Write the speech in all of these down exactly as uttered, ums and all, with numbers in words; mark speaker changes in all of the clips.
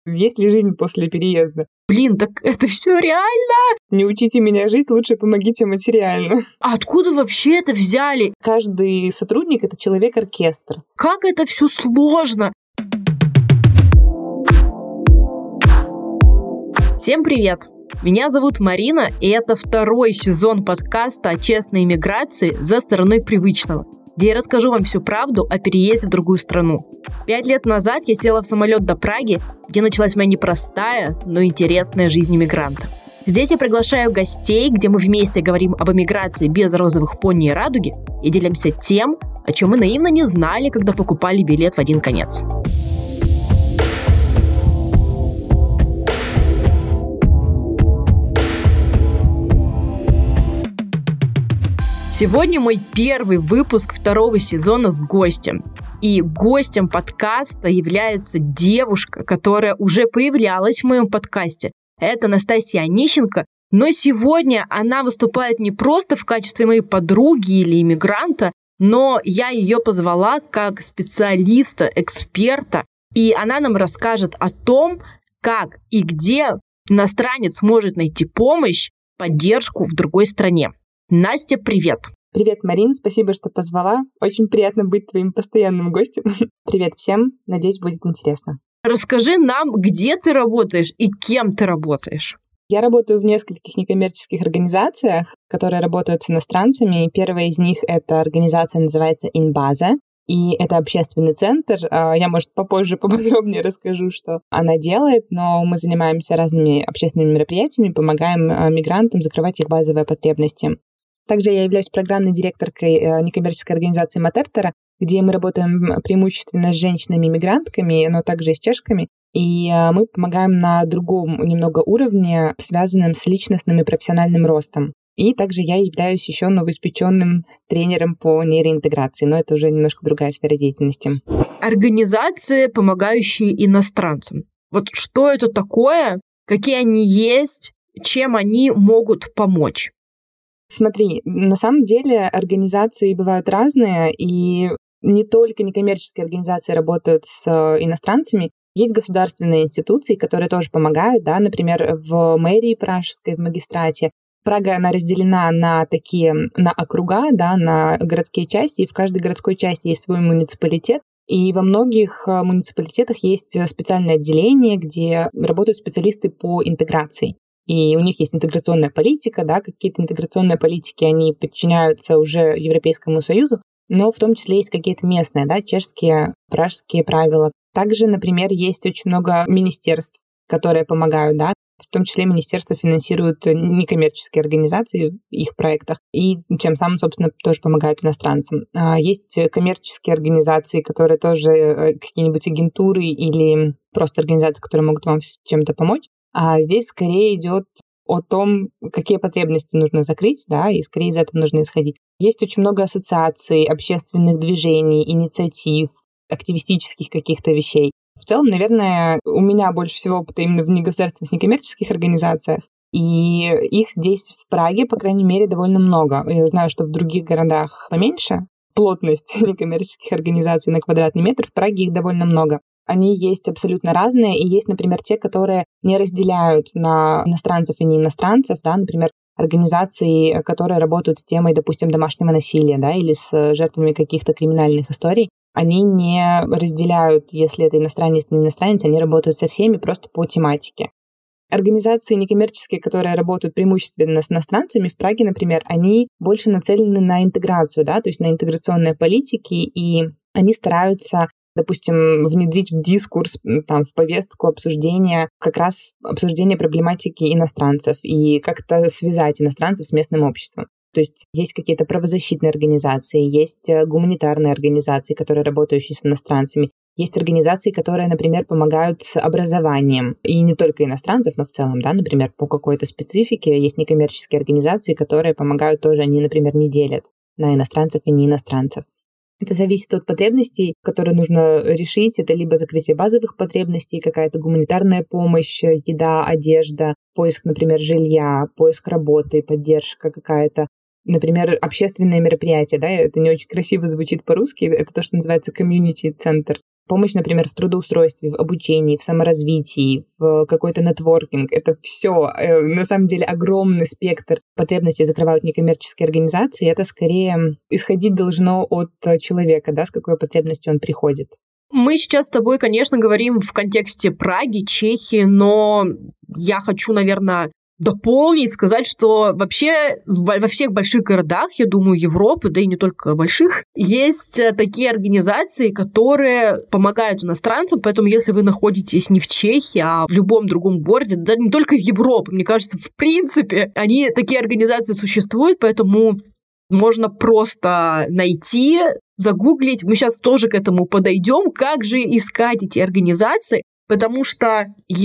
Speaker 1: Есть ли жизнь после переезда?
Speaker 2: Блин, так это все реально?
Speaker 1: Не учите меня жить, лучше помогите материально.
Speaker 2: А откуда вообще это взяли?
Speaker 1: Каждый сотрудник — это человек-оркестр.
Speaker 2: Как это все сложно? Всем привет! Меня зовут Марина, и это второй сезон подкаста о честной иммиграции «За стороной привычного», где я расскажу вам всю правду о переезде в другую страну. Пять лет назад я села в самолет до Праги, где началась моя непростая, но интересная жизнь иммигранта. Здесь я приглашаю гостей, где мы вместе говорим об эмиграции без розовых пони и радуги и делимся тем, о чем мы наивно не знали, когда покупали билет в один конец. Сегодня мой первый выпуск второго сезона с гостем. И гостем подкаста является девушка, которая уже появлялась в моем подкасте. Это Настасья Онищенко, но сегодня она выступает не просто в качестве моей подруги или иммигранта, но я ее позвала как специалиста, эксперта, и она нам расскажет о том, как и где иностранец может найти помощь, поддержку в другой стране. Настя, привет!
Speaker 1: Привет, Марин, спасибо, что позвала. Очень приятно быть твоим постоянным гостем. Привет всем, надеюсь, будет интересно.
Speaker 2: Расскажи нам, где ты работаешь и кем ты работаешь.
Speaker 1: Я работаю в нескольких некоммерческих организациях, которые работают с иностранцами. Первая из них — это организация, называется Инбаза, и это общественный центр. Я, может, попозже поподробнее расскажу, что она делает, но мы занимаемся разными общественными мероприятиями, помогаем мигрантам закрывать их базовые потребности. Также я являюсь программной директоркой некоммерческой организации Матертера, где мы работаем преимущественно с женщинами-мигрантками, но также и с чешками. И мы помогаем на другом немного уровне, связанном с личностным и профессиональным ростом. И также я являюсь еще новоиспеченным тренером по нейроинтеграции, но это уже немножко другая сфера деятельности.
Speaker 2: Организации, помогающие иностранцам. Вот что это такое, какие они есть, чем они могут помочь?
Speaker 1: Смотри, на самом деле организации бывают разные, и не только некоммерческие организации работают с иностранцами. Есть государственные институции, которые тоже помогают, да, например, в мэрии пражской, в магистрате. Прага, она разделена на такие, на округа, да, на городские части, и в каждой городской части есть свой муниципалитет. И во многих муниципалитетах есть специальное отделение, где работают специалисты по интеграции. И у них есть интеграционная политика, да, какие-то интеграционные политики, они подчиняются уже Европейскому Союзу, но в том числе есть какие-то местные, да, чешские, пражские правила. Также, например, есть очень много министерств, которые помогают, да, в том числе министерства финансируют некоммерческие организации в их проектах и тем самым, собственно, тоже помогают иностранцам. Есть коммерческие организации, которые тоже какие-нибудь агентуры или просто организации, которые могут вам с чем-то помочь. А здесь скорее идет о том, какие потребности нужно закрыть, да, и скорее из этого нужно исходить. Есть очень много ассоциаций, общественных движений, инициатив, активистических каких-то вещей. В целом, наверное, у меня больше всего опыта именно в негосударственных некоммерческих организациях, и их здесь в Праге, по крайней мере, довольно много. Я знаю, что в других городах поменьше. Плотность некоммерческих организаций на квадратный метр, в Праге их довольно много. Они есть абсолютно разные, и есть, например, те, которые не разделяют на иностранцев и не иностранцев, да, например, организации, которые работают с темой, допустим, домашнего насилия, да, или с жертвами каких-то криминальных историй. Они не разделяют, если это иностранец, не иностранец, они работают со всеми просто по тематике. Организации некоммерческие, которые работают преимущественно с иностранцами, в Праге, например, они больше нацелены на интеграцию, да, то есть на интеграционные политики, и они стараются, допустим, внедрить в дискурс, там, в повестку обсуждения, как раз обсуждение проблематики иностранцев и как-то связать иностранцев с местным обществом. То есть есть какие-то правозащитные организации, есть гуманитарные организации, которые работают с иностранцами, есть организации, которые, например, помогают с образованием. И не только иностранцев, но в целом, да, например, по какой-то специфике. Есть некоммерческие организации, которые помогают тоже, они, например, не делят на иностранцев и не иностранцев. Это зависит от потребностей, которые нужно решить. Это либо закрытие базовых потребностей, какая-то гуманитарная помощь, еда, одежда, поиск, например, жилья, поиск работы, поддержка какая-то. Например, общественные мероприятия, да, это не очень красиво звучит по-русски, это то, что называется community центр. Помощь, например, в трудоустройстве, в обучении, в саморазвитии, в какой-то нетворкинг. Это все, на самом деле, огромный спектр потребностей закрывают некоммерческие организации. Это скорее исходить должно от человека, да, с какой потребностью он приходит.
Speaker 2: Мы сейчас с тобой, конечно, говорим в контексте Праги, Чехии, но я хочу, наверное, дополнить, сказать, что вообще во всех больших городах, я думаю, Европы, да и не только больших, есть такие организации, которые помогают иностранцам, поэтому если вы находитесь не в Чехии, а в любом другом городе, да не только в Европе, мне кажется, в принципе, они, такие организации существуют, поэтому можно просто найти, загуглить. Мы сейчас тоже к этому подойдем, как же искать эти организации, потому что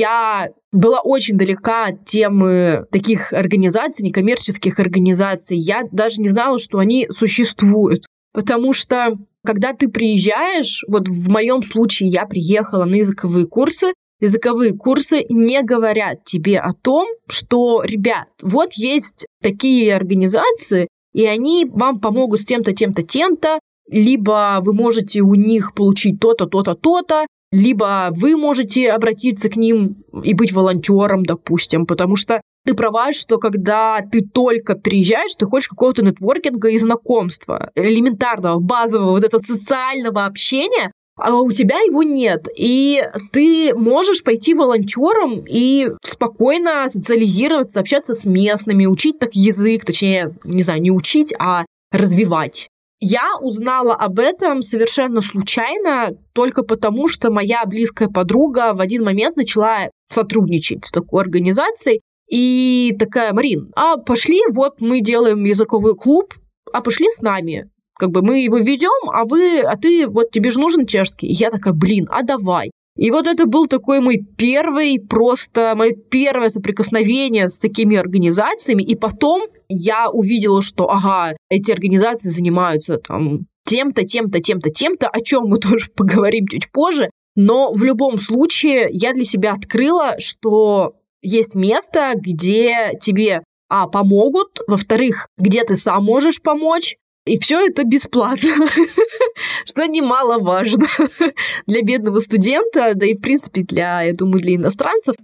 Speaker 2: я была очень далека от темы таких организаций, некоммерческих организаций. Я даже не знала, что они существуют. Потому что, когда ты приезжаешь, вот в моем случае я приехала на языковые курсы, языковые курсы не говорят тебе о том, что, ребят, вот есть такие организации, и они вам помогут с тем-то, тем-то, тем-то, либо вы можете у них получить то-то, то-то, то-то, либо вы можете обратиться к ним и быть волонтером, допустим, потому что ты права, что когда ты только приезжаешь, ты хочешь какого-то нетворкинга и знакомства, элементарного, базового, вот этого социального общения, а у тебя его нет. И ты можешь пойти волонтером и спокойно социализироваться, общаться с местными, учить так язык, точнее, не знаю, не учить, а развивать. Я узнала об этом совершенно случайно, только потому, что моя близкая подруга в один момент начала сотрудничать с такой организацией. И такая: Марин, а пошли, вот мы делаем языковой клуб, а пошли с нами. Как бы мы его ведем, а вы, а ты, вот тебе же нужен чешский. И я такая: блин, а давай. И вот это был такой мой первый, просто мое первое соприкосновение с такими организациями. И потом я увидела, что, ага, эти организации занимаются там тем-то, тем-то, тем-то, тем-то, о чем мы тоже поговорим чуть позже. Но в любом случае я для себя открыла, что есть место, где тебе, а, помогут, во-вторых, где ты сам можешь помочь, и все это бесплатно, что немаловажно для бедного студента, да и, в принципе, для, я думаю, для иностранцев.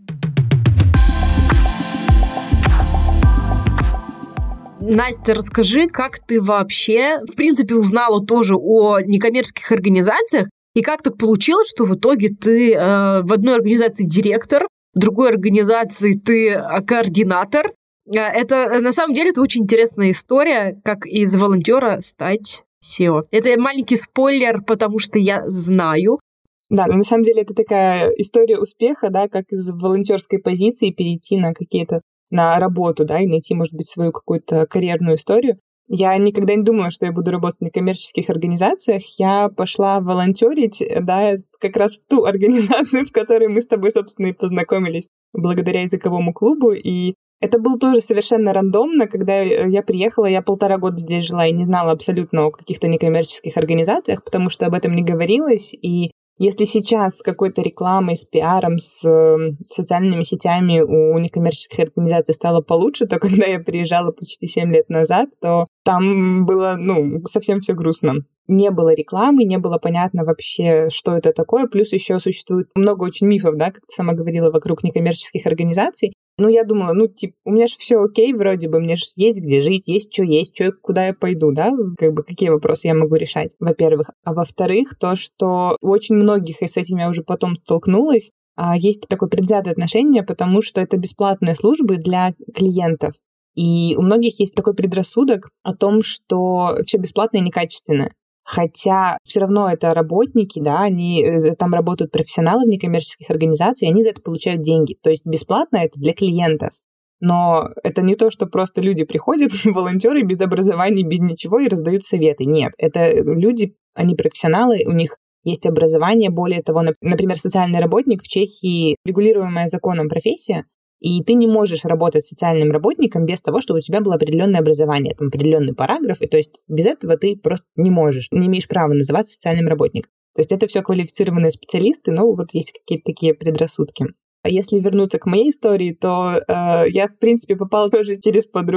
Speaker 2: Настя, расскажи, как ты вообще, в принципе, узнала тоже о некоммерческих организациях, и как так получилось, что в итоге ты э, в одной организации директор, в другой организации ты координатор. Это, на самом деле, это очень интересная история, как из волонтера стать си и о. Это маленький спойлер, потому что я знаю.
Speaker 1: Да, но на самом деле это такая история успеха, да, как из волонтерской позиции перейти на какие-то, на работу, да, и найти, может быть, свою какую-то карьерную историю. Я никогда не думала, что я буду работать в некоммерческих организациях. Я пошла волонтерить, да, как раз в ту организацию, в которой мы с тобой, собственно, и познакомились благодаря языковому клубу. И это было тоже совершенно рандомно. Когда я приехала, я полтора года здесь жила и не знала абсолютно о каких-то некоммерческих организациях, потому что об этом не говорилось. И если сейчас с какой-то рекламой, с пиаром, с социальными сетями у некоммерческих организаций стало получше, то когда я приезжала почти семь лет назад, то там было, ну, совсем все грустно. Не было рекламы, не было понятно вообще, что это такое. Плюс еще существует много очень мифов, да, как ты сама говорила, вокруг некоммерческих организаций. Ну, я думала, ну, типа, у меня же все окей вроде бы, мне же есть где жить, есть что есть, что, куда я пойду, да, как бы какие вопросы я могу решать, во-первых. А во-вторых, то, что у очень многих, и с этим я уже потом столкнулась, есть такое предвзятое отношение, потому что это бесплатные службы для клиентов. И у многих есть такой предрассудок о том, что все бесплатное и некачественное. Хотя все равно это работники, да, они там работают профессионалы в некоммерческих организациях, и они за это получают деньги. То есть бесплатно это для клиентов. Но это не то, что просто люди приходят, волонтеры без образования, без ничего и раздают советы. Нет, это люди, они профессионалы, у них есть образование. Более того, например, социальный работник в Чехии регулируемая законом профессия, и ты не можешь работать социальным работником без того, чтобы у тебя было определенное образование, там определенный параграф, и то есть без этого ты просто не можешь, не имеешь права называться социальным работником. То есть это все квалифицированные специалисты, но вот есть какие-то такие предрассудки. А если вернуться к моей истории, то э, я, в принципе, попала тоже через подругу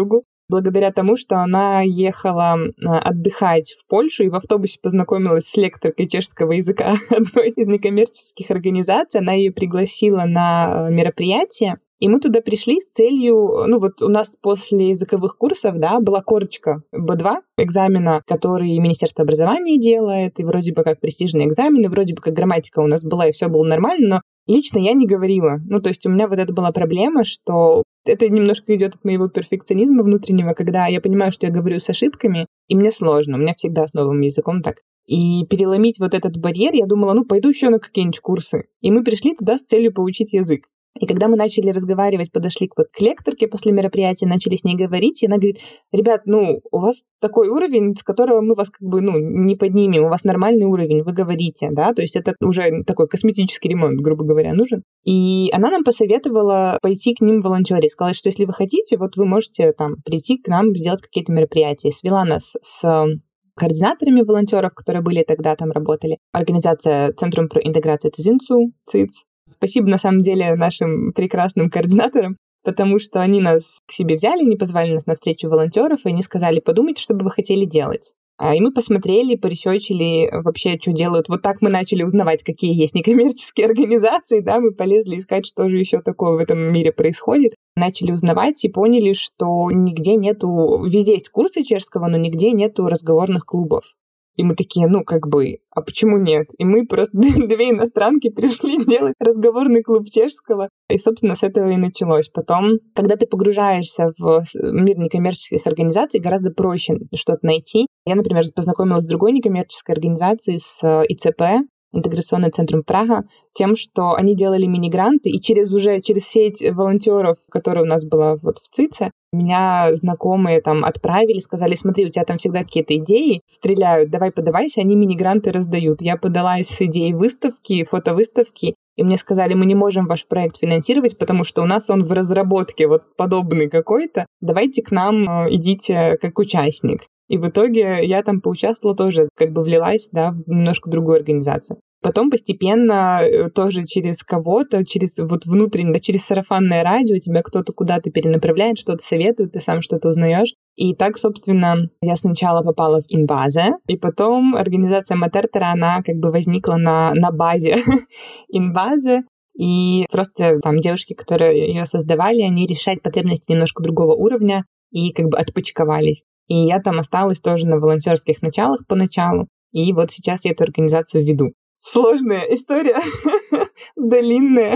Speaker 1: благодаря тому, что она ехала отдыхать в Польшу и в автобусе познакомилась с лекторкой чешского языка одной из некоммерческих организаций. Она ее пригласила на мероприятие, и мы туда пришли с целью, ну вот у нас после языковых курсов, да, была корочка бэ два экзамена, который Министерство образования делает, и вроде бы как престижный экзамен, и вроде бы как грамматика у нас была, и все было нормально, но лично я не говорила. Ну, то есть у меня вот это была проблема, что это немножко идет от моего перфекционизма внутреннего, когда я понимаю, что я говорю с ошибками, и мне сложно. У меня всегда с новым языком так. И переломить вот этот барьер, я думала, ну, пойду еще на какие-нибудь курсы. И мы пришли туда с целью поучить язык. И когда мы начали разговаривать, подошли к, вот, к лекторке после мероприятия, начали с ней говорить, и она говорит: ребят, ну, у вас такой уровень, с которого мы вас как бы, ну, не поднимем, у вас нормальный уровень, вы говорите, да, то есть это уже такой косметический ремонт, грубо говоря, нужен. И она нам посоветовала пойти к ним волонтерить, сказала, что если вы хотите, вот вы можете там прийти к нам, сделать какие-то мероприятия. Свела нас с координаторами волонтеров, которые были тогда там работали. Организация Центром про интеграцию Цзинцу, ЦИЦ. Спасибо, на самом деле, нашим прекрасным координаторам, потому что они нас к себе взяли, не позвали нас на встречу волонтеров, и они сказали: подумайте, что бы вы хотели делать. И мы посмотрели, поресерчили вообще, что делают. Вот так мы начали узнавать, какие есть некоммерческие организации, да, мы полезли искать, что же еще такое в этом мире происходит. Начали узнавать и поняли, что нигде нету, везде есть курсы чешского, но нигде нету разговорных клубов. И мы такие, ну, как бы, а почему нет? И мы просто две иностранки пришли делать разговорный клуб чешского. И, собственно, с этого и началось. Потом, когда ты погружаешься в мир некоммерческих организаций, гораздо проще что-то найти. Я, например, познакомилась с другой некоммерческой организацией, с и цэ пэ, Интеграционный центр Прага, тем, что они делали мини-гранты, и через уже через сеть волонтеров, которая у нас была вот в ЦИЦе, меня знакомые там отправили, сказали: смотри, у тебя там всегда какие-то идеи стреляют, давай подавайся, они мини-гранты раздают. Я подалась с идеей выставки, фотовыставки, и мне сказали: мы не можем ваш проект финансировать, потому что у нас он в разработке, вот подобный какой-то, давайте к нам, идите как участник. И в итоге я там поучаствовала тоже, как бы влилась, да, в немножко другую организацию. Потом постепенно тоже через кого-то, через вот внутренне, да, через сарафанное радио тебя кто-то куда-то перенаправляет, что-то советует, ты сам что-то узнаешь. И так, собственно, я сначала попала в Инбазе, и потом организация Матертера, она как бы возникла на, на базе Инбазе. И просто там девушки, которые ее создавали, они решают потребности немножко другого уровня и как бы отпочковались. И я там осталась тоже на волонтерских началах поначалу. И вот сейчас я эту организацию веду. Сложная история, длинная,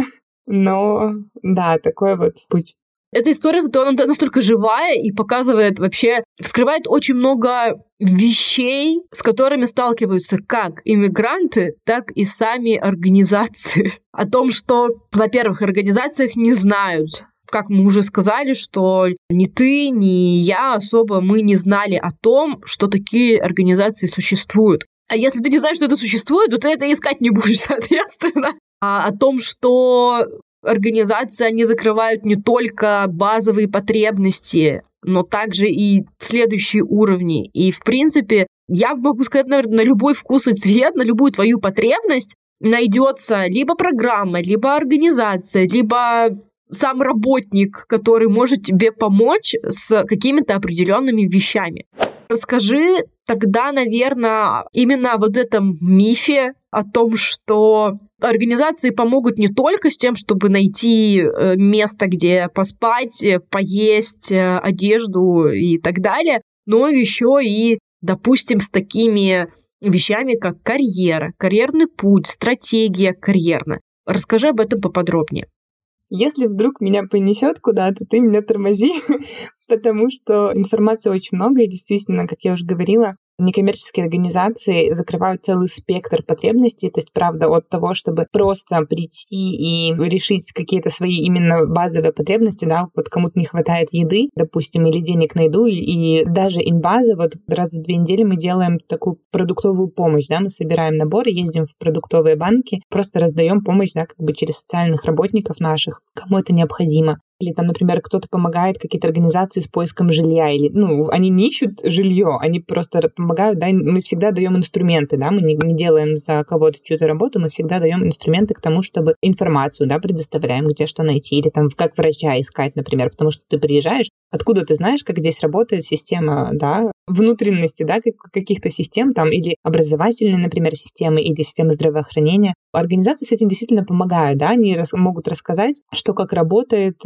Speaker 1: но да, такой вот путь.
Speaker 2: Эта история зато она настолько живая и показывает вообще, вскрывает очень много вещей, с которыми сталкиваются как иммигранты, так и сами организации. О том, что, во-первых, организациях не знают. Как мы уже сказали, что ни ты, ни я особо мы не знали о том, что такие организации существуют. А если ты не знаешь, что это существует, то ты это искать не будешь, соответственно. А о том, что организации, они закрывают не только базовые потребности, но также и следующие уровни. И, в принципе, я могу сказать, наверное, на любой вкус и цвет, на любую твою потребность найдется либо программа, либо организация, либо сам работник, который может тебе помочь с какими-то определенными вещами. Расскажи тогда, наверное, именно вот этом мифе о том, что организации помогут не только с тем, чтобы найти место, где поспать, поесть, одежду и так далее, но еще и, допустим, с такими вещами, как карьера, карьерный путь, стратегия карьерная. Расскажи об этом поподробнее.
Speaker 1: Если вдруг меня понесет куда-то, ты меня тормози, потому что информации очень много, и действительно, как я уже говорила, некоммерческие организации закрывают целый спектр потребностей, то есть, правда, от того, чтобы просто прийти и решить какие-то свои именно базовые потребности, да, вот кому-то не хватает еды, допустим, или денег на еду, и даже Инбаза, вот раз в две недели мы делаем такую продуктовую помощь, да, мы собираем наборы, ездим в продуктовые банки, просто раздаем помощь, да, как бы через социальных работников наших, кому это необходимо. Или там, например, кто-то помогает, какие-то организации с поиском жилья, или, ну, они не ищут жилье, они просто помогают, да, мы всегда даем инструменты, да, мы не, не делаем за кого-то чью-то работу, мы всегда даем инструменты к тому, чтобы информацию, да, предоставляем, где что найти, или там как врача искать, например, потому что ты приезжаешь, Откуда ты знаешь, как здесь работает система, да, внутренности, да, каких-то систем там, или образовательные, например, системы, или системы здравоохранения. Организации с этим действительно помогают, да, они рас- могут рассказать, что как работает,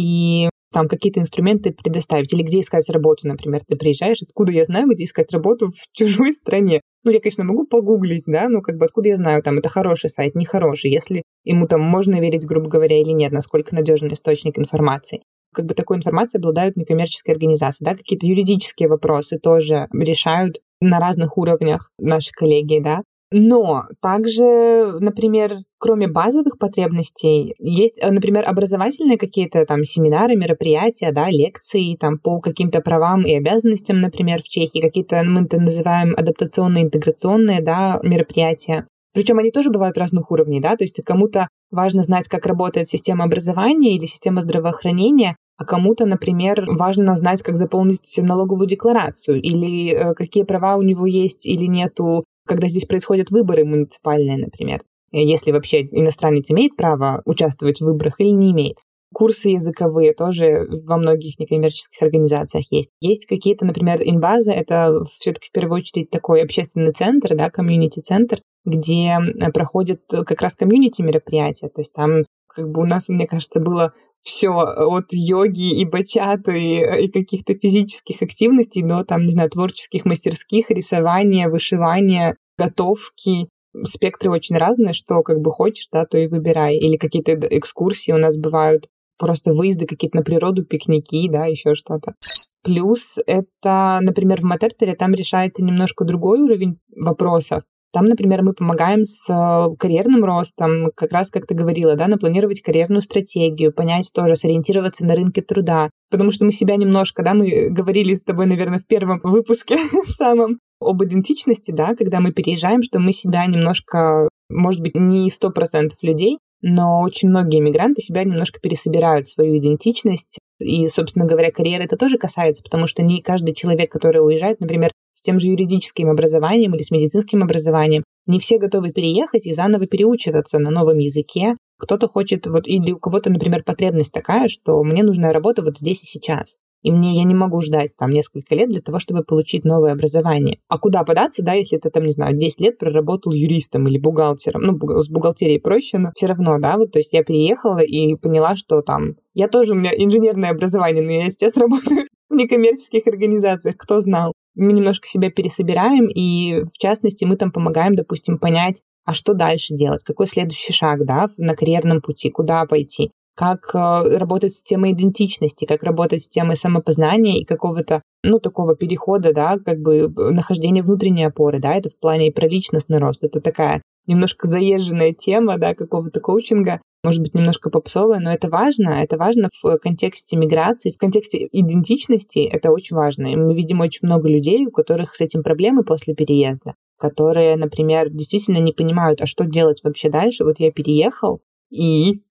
Speaker 1: и там какие-то инструменты предоставить, или где искать работу, например, ты приезжаешь, откуда я знаю, где искать работу в чужой стране. Ну, я, конечно, могу погуглить, да, но как бы откуда я знаю, там, это хороший сайт, нехороший, если ему там можно верить, грубо говоря, или нет, насколько надежный источник информации. Как бы такой информацией обладают некоммерческие организации, да, какие-то юридические вопросы тоже решают на разных уровнях наши коллеги, да. Но также, например, кроме базовых потребностей, есть, например, образовательные какие-то там семинары, мероприятия, да, лекции там по каким-то правам и обязанностям, например, в Чехии, какие-то, мы это называем адаптационные, интеграционные, да, мероприятия. Причем они тоже бывают разных уровней, да, то есть кому-то важно знать, как работает система образования или система здравоохранения, а кому-то, например, важно знать, как заполнить налоговую декларацию или э, какие права у него есть или нету, когда здесь происходят выборы муниципальные, например. Если вообще иностранец имеет право участвовать в выборах или не имеет. Курсы языковые тоже во многих некоммерческих организациях есть. Есть какие-то, например, Инбаза, это все-таки в первую очередь такой общественный центр, да, комьюнити-центр, где проходят как раз комьюнити-мероприятия. То есть там как бы у нас, мне кажется, было все от йоги и бачаты и, и каких-то физических активностей до, там, не знаю, творческих мастерских, рисования, вышивания, готовки. Спектры очень разные, что как бы хочешь, да, то и выбирай. Или какие-то экскурсии у нас бывают, просто выезды какие-то на природу, пикники, да, еще что-то. Плюс это, например, в Матертере там решается немножко другой уровень вопросов. Там, например, мы помогаем с карьерным ростом, как раз, как ты говорила, да, напланировать карьерную стратегию, понять тоже, сориентироваться на рынке труда. Потому что мы себя немножко, да, мы говорили с тобой, наверное, в первом выпуске самом об идентичности, да, когда мы переезжаем, что мы себя немножко, может быть, не сто процентов людей, но очень многие мигранты себя немножко пересобирают, свою идентичность. И, собственно говоря, карьеры это тоже касается, потому что не каждый человек, который уезжает, например, с тем же юридическим образованием или с медицинским образованием, не все готовы переехать и заново переучиваться на новом языке. Кто-то хочет, вот, или у кого-то, например, потребность такая, что мне нужна работа вот здесь и сейчас. И мне я не могу ждать там несколько лет для того, чтобы получить новое образование. А куда податься, да, если ты там, не знаю, десять лет проработал юристом или бухгалтером. Ну, с бухгалтерией проще, но все равно, да, вот, то есть я переехала и поняла, что там... Я тоже, у меня инженерное образование, но я сейчас работаю в некоммерческих организациях, кто знал. Мы немножко себя пересобираем, и, в частности, мы там помогаем, допустим, понять, а что дальше делать, какой следующий шаг, да, на карьерном пути, куда пойти. Как э, работать с темой идентичности, как работать с темой самопознания и какого-то, ну, такого перехода, да, как бы нахождения внутренней опоры, да, это в плане и про личностный рост. Это такая немножко заезженная тема, да, какого-то коучинга, может быть, немножко попсовая, но это важно, это важно в контексте миграции, в контексте идентичности, это очень важно. И мы видим очень много людей, у которых с этим проблемы после переезда, которые, например, действительно не понимают, а что делать вообще дальше. Вот я переехал, и...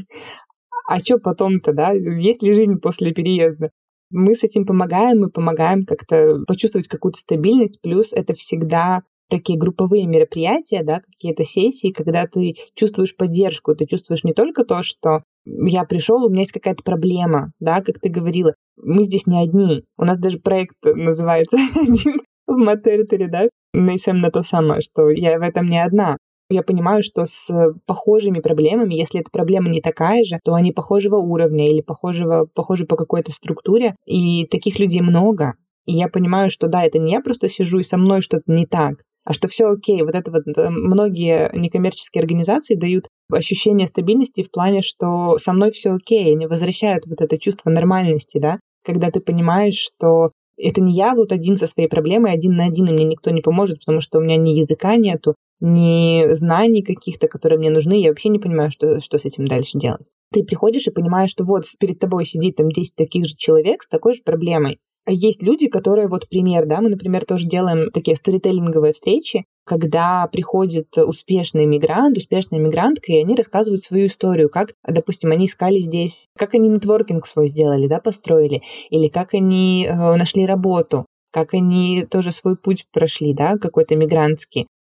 Speaker 1: А что потом-то, да? Есть ли жизнь после переезда? Мы с этим помогаем, мы помогаем как-то почувствовать какую-то стабильность, плюс это всегда такие групповые мероприятия, да, какие-то сессии, когда ты чувствуешь поддержку, ты чувствуешь не только то, что я пришел, у меня есть какая-то проблема, да, как ты говорила, мы здесь не одни. У нас даже проект называется один в Матертере, да, «Нейсем на то самое», что я в этом не одна. Я понимаю, что с похожими проблемами, если эта проблема не такая же, то они похожего уровня или похожего, похожи по какой-то структуре, и таких людей много. И я понимаю, что да, это не я просто сижу и со мной что-то не так, а что все окей. Вот это вот многие некоммерческие организации дают ощущение стабильности в плане, что со мной все окей, они возвращают вот это чувство нормальности, да, когда ты понимаешь, что это не я вот один со своей проблемой, один на один, и мне никто не поможет, потому что у меня ни языка нету, ни знаний каких-то, которые мне нужны, я вообще не понимаю, что, что с этим дальше делать. Ты приходишь и понимаешь, что вот перед тобой сидит там десять таких же человек с такой же проблемой. А есть люди, которые, вот пример, да, мы, например, тоже делаем такие сторителлинговые встречи, когда приходит успешный мигрант, успешная мигрантка, и они рассказывают свою историю, как, допустим, они искали здесь, как они нетворкинг свой сделали, да, построили, или как они э, нашли работу, как они тоже свой путь прошли, да, какой-то мигрантский.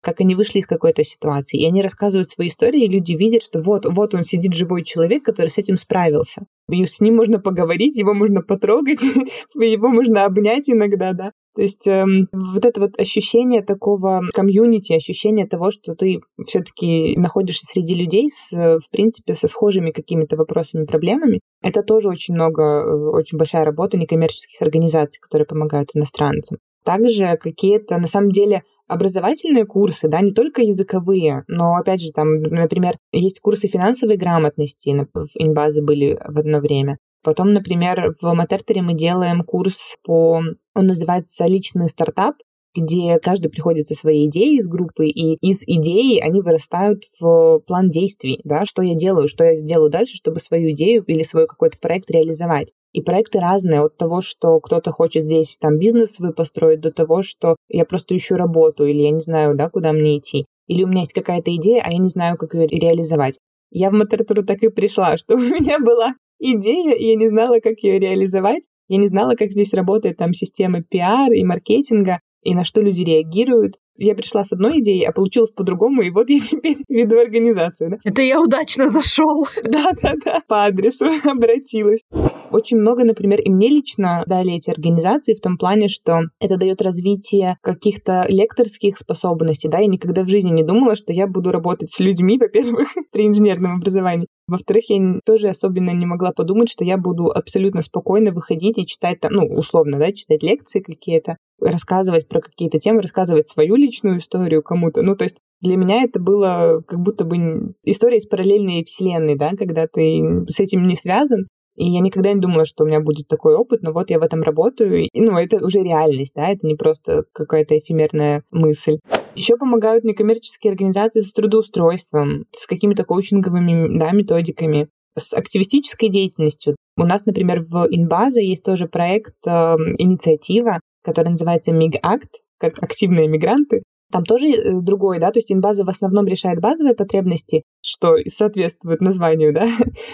Speaker 1: как они вышли из какой-то ситуации. И они рассказывают свои истории, и люди видят, что вот, вот он сидит живой человек, который с этим справился. И с ним можно поговорить, его можно потрогать, его можно обнять иногда, да. То есть эм, вот это вот ощущение такого комьюнити, ощущение того, что ты все-таки находишься среди людей, с, в принципе, со схожими какими-то вопросами, проблемами, это тоже очень много, очень большая работа некоммерческих организаций, которые помогают иностранцам. Также какие-то, на самом деле, образовательные курсы, да, не только языковые, но, опять же, там, например, есть курсы финансовой грамотности, в Инбазе были в одно время. Потом, например, в Матертере мы делаем курс по... Он называется «Личный стартап», где каждый приходит со своей идеей из группы, и из идеи они вырастают в план действий, да, что я делаю, что я сделаю дальше, чтобы свою идею или свой какой-то проект реализовать. И проекты разные, от того, что кто-то хочет здесь там бизнес свой построить, до того, что я просто ищу работу, или я не знаю, да, куда мне идти. Или у меня есть какая-то идея, а я не знаю, как ее реализовать. Я в Матертеру так и пришла, что у меня была идея, и я не знала, как ее реализовать. Я не знала, как здесь работает там система пиар и маркетинга, и на что люди реагируют. Я пришла с одной идеей, а получилось по-другому, и вот я теперь веду организацию. Да?
Speaker 2: Это я удачно зашел.
Speaker 1: Да-да-да, по адресу обратилась. Очень много, например, и мне лично дали эти организации в том плане, что это дает развитие каких-то лекторских способностей. Да? Я никогда в жизни не думала, что я буду работать с людьми, во-первых, при инженерном образовании. Во-вторых, я тоже особенно не могла подумать, что я буду абсолютно спокойно выходить и читать, ну, условно, да, читать лекции какие-то, рассказывать про какие-то темы, рассказывать свою личную историю кому-то. Ну, то есть для меня это было как будто бы история из параллельной вселенной, да, когда ты с этим не связан. И я никогда не думала, что у меня будет такой опыт, но вот я в этом работаю. И, ну, это уже реальность, да, это не просто какая-то эфемерная мысль. Еще помогают некоммерческие организации с трудоустройством, с какими-то коучинговыми, да, методиками, с активистической деятельностью. У нас, например, в Инбазе есть тоже проект, э, инициатива, которая называется МИГ-акт, как активные мигранты. Там тоже другой, да, то есть Инбаза в основном решает базовые потребности, что соответствует названию, да,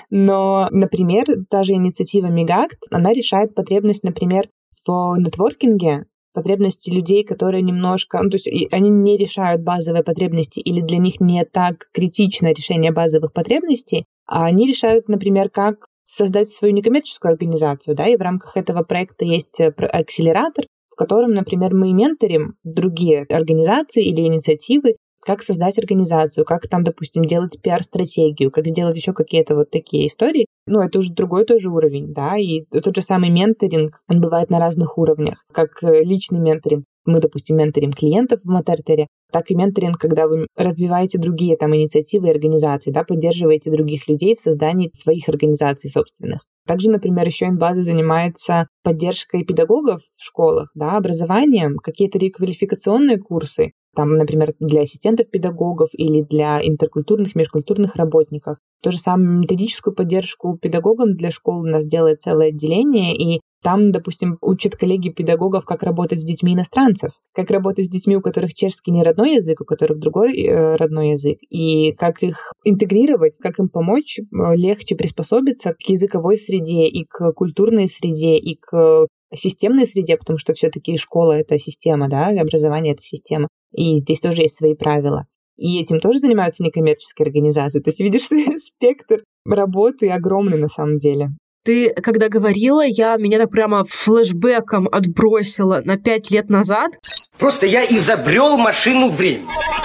Speaker 1: но, например, та же инициатива МИГ-акт, она решает потребность, например, в нетворкинге, потребности людей, которые немножко, ну, то есть они не решают базовые потребности или для них не так критично решение базовых потребностей, а они решают, например, как создать свою некоммерческую организацию, да, и в рамках этого проекта есть акселератор, в котором, например, мы менторим другие организации или инициативы, как создать организацию, как там, допустим, делать пиар-стратегию, как сделать еще какие-то вот такие истории. Ну, это уже другой тоже уровень, да, и тот же самый менторинг, он бывает на разных уровнях, как личный менторинг. Мы, допустим, менторим клиентов в Матертере, так и менторинг, когда вы развиваете другие там инициативы и организации, да, поддерживаете других людей в создании своих организаций собственных. Также, например, еще Инбаза занимается поддержкой педагогов в школах, да, образованием, какие-то реквалификационные курсы, там, например, для ассистентов педагогов или для интеркультурных, межкультурных работников. То же самое методическую поддержку педагогам для школ у нас делает целое отделение, и там, допустим, учат коллеги педагогов, как работать с детьми иностранцев, как работать с детьми, у которых чешский не родной язык, у которых другой э, родной язык, и как их интегрировать, как им помочь легче приспособиться к языковой среде и к культурной среде, и к системной среде, потому что все-таки школа — это система, да, образование — это система, и здесь тоже есть свои правила. И этим тоже занимаются некоммерческие организации. То есть, видишь, спектр работы огромный на самом деле.
Speaker 2: Ты, когда говорила, я меня так прямо флешбэком отбросила на пять лет назад.
Speaker 3: Просто я изобрел машину времени.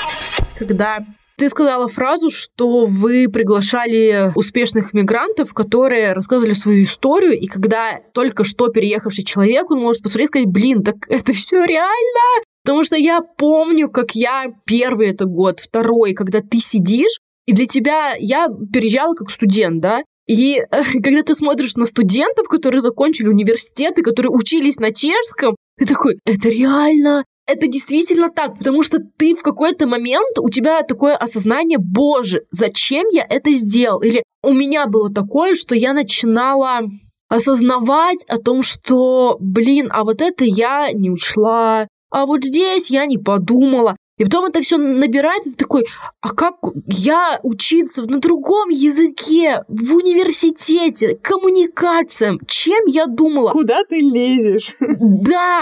Speaker 2: Когда ты сказала фразу, что вы приглашали успешных мигрантов, которые рассказывали свою историю, и когда только что переехавший человек, он может посмотреть и сказать: блин, так это все реально? Потому что я помню, как я первый это год, второй, когда ты сидишь, и для тебя я переезжала как студент, да? И э, когда ты смотришь на студентов, которые закончили университеты, которые учились на чешском, ты такой: это реально, это действительно так, потому что ты в какой-то момент, у тебя такое осознание: боже, зачем я это сделал? Или у меня было такое, что я начинала осознавать о том, что, блин, а вот это я не учла, а вот здесь я не подумала. И потом это все набирается, ты такой: а как я учиться на другом языке, в университете, коммуникациям, чем я думала?
Speaker 1: Куда ты лезешь?
Speaker 2: Да,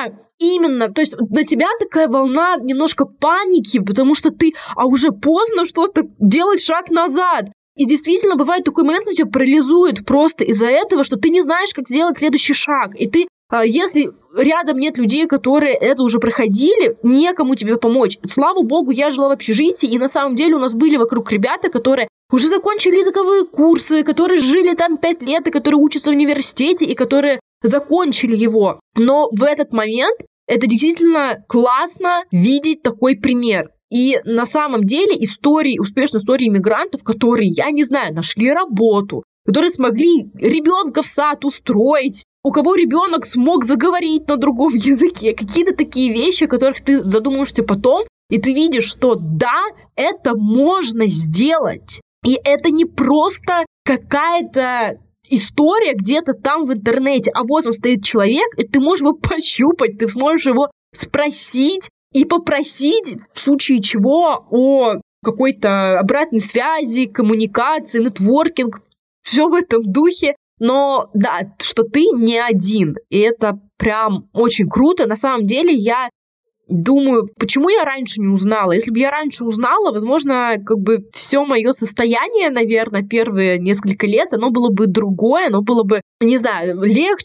Speaker 2: Именно, то есть на тебя такая волна немножко паники, потому что ты, а уже поздно что-то делать шаг назад. И действительно бывает такой момент, что тебя парализует просто из-за этого, что ты не знаешь, как сделать следующий шаг. И ты, если рядом нет людей, которые это уже проходили, некому тебе помочь. Слава богу, я жила в общежитии, и на самом деле у нас были вокруг ребята, которые уже закончили языковые курсы, которые жили там пять лет, и которые учатся в университете, и которые закончили его. Но в этот момент это действительно классно видеть такой пример. И на самом деле истории, успешные истории иммигрантов, которые, я не знаю, нашли работу, которые смогли ребенка в сад устроить, у кого ребенок смог заговорить на другом языке, какие-то такие вещи, о которых ты задумываешься потом, и ты видишь, что да, это можно сделать. И это не просто какая-то история где-то там в интернете, а вот он стоит человек, и ты можешь его пощупать, ты сможешь его спросить, и попросить, в случае чего, о какой-то обратной связи, коммуникации, нетворкинг, все в этом духе. Но да, что ты не один, и это прям очень круто. На самом деле я думаю, почему я раньше не узнала? Если бы я раньше узнала, возможно, как бы все мое состояние, наверное, первые несколько лет, оно было бы другое, оно было бы, не знаю,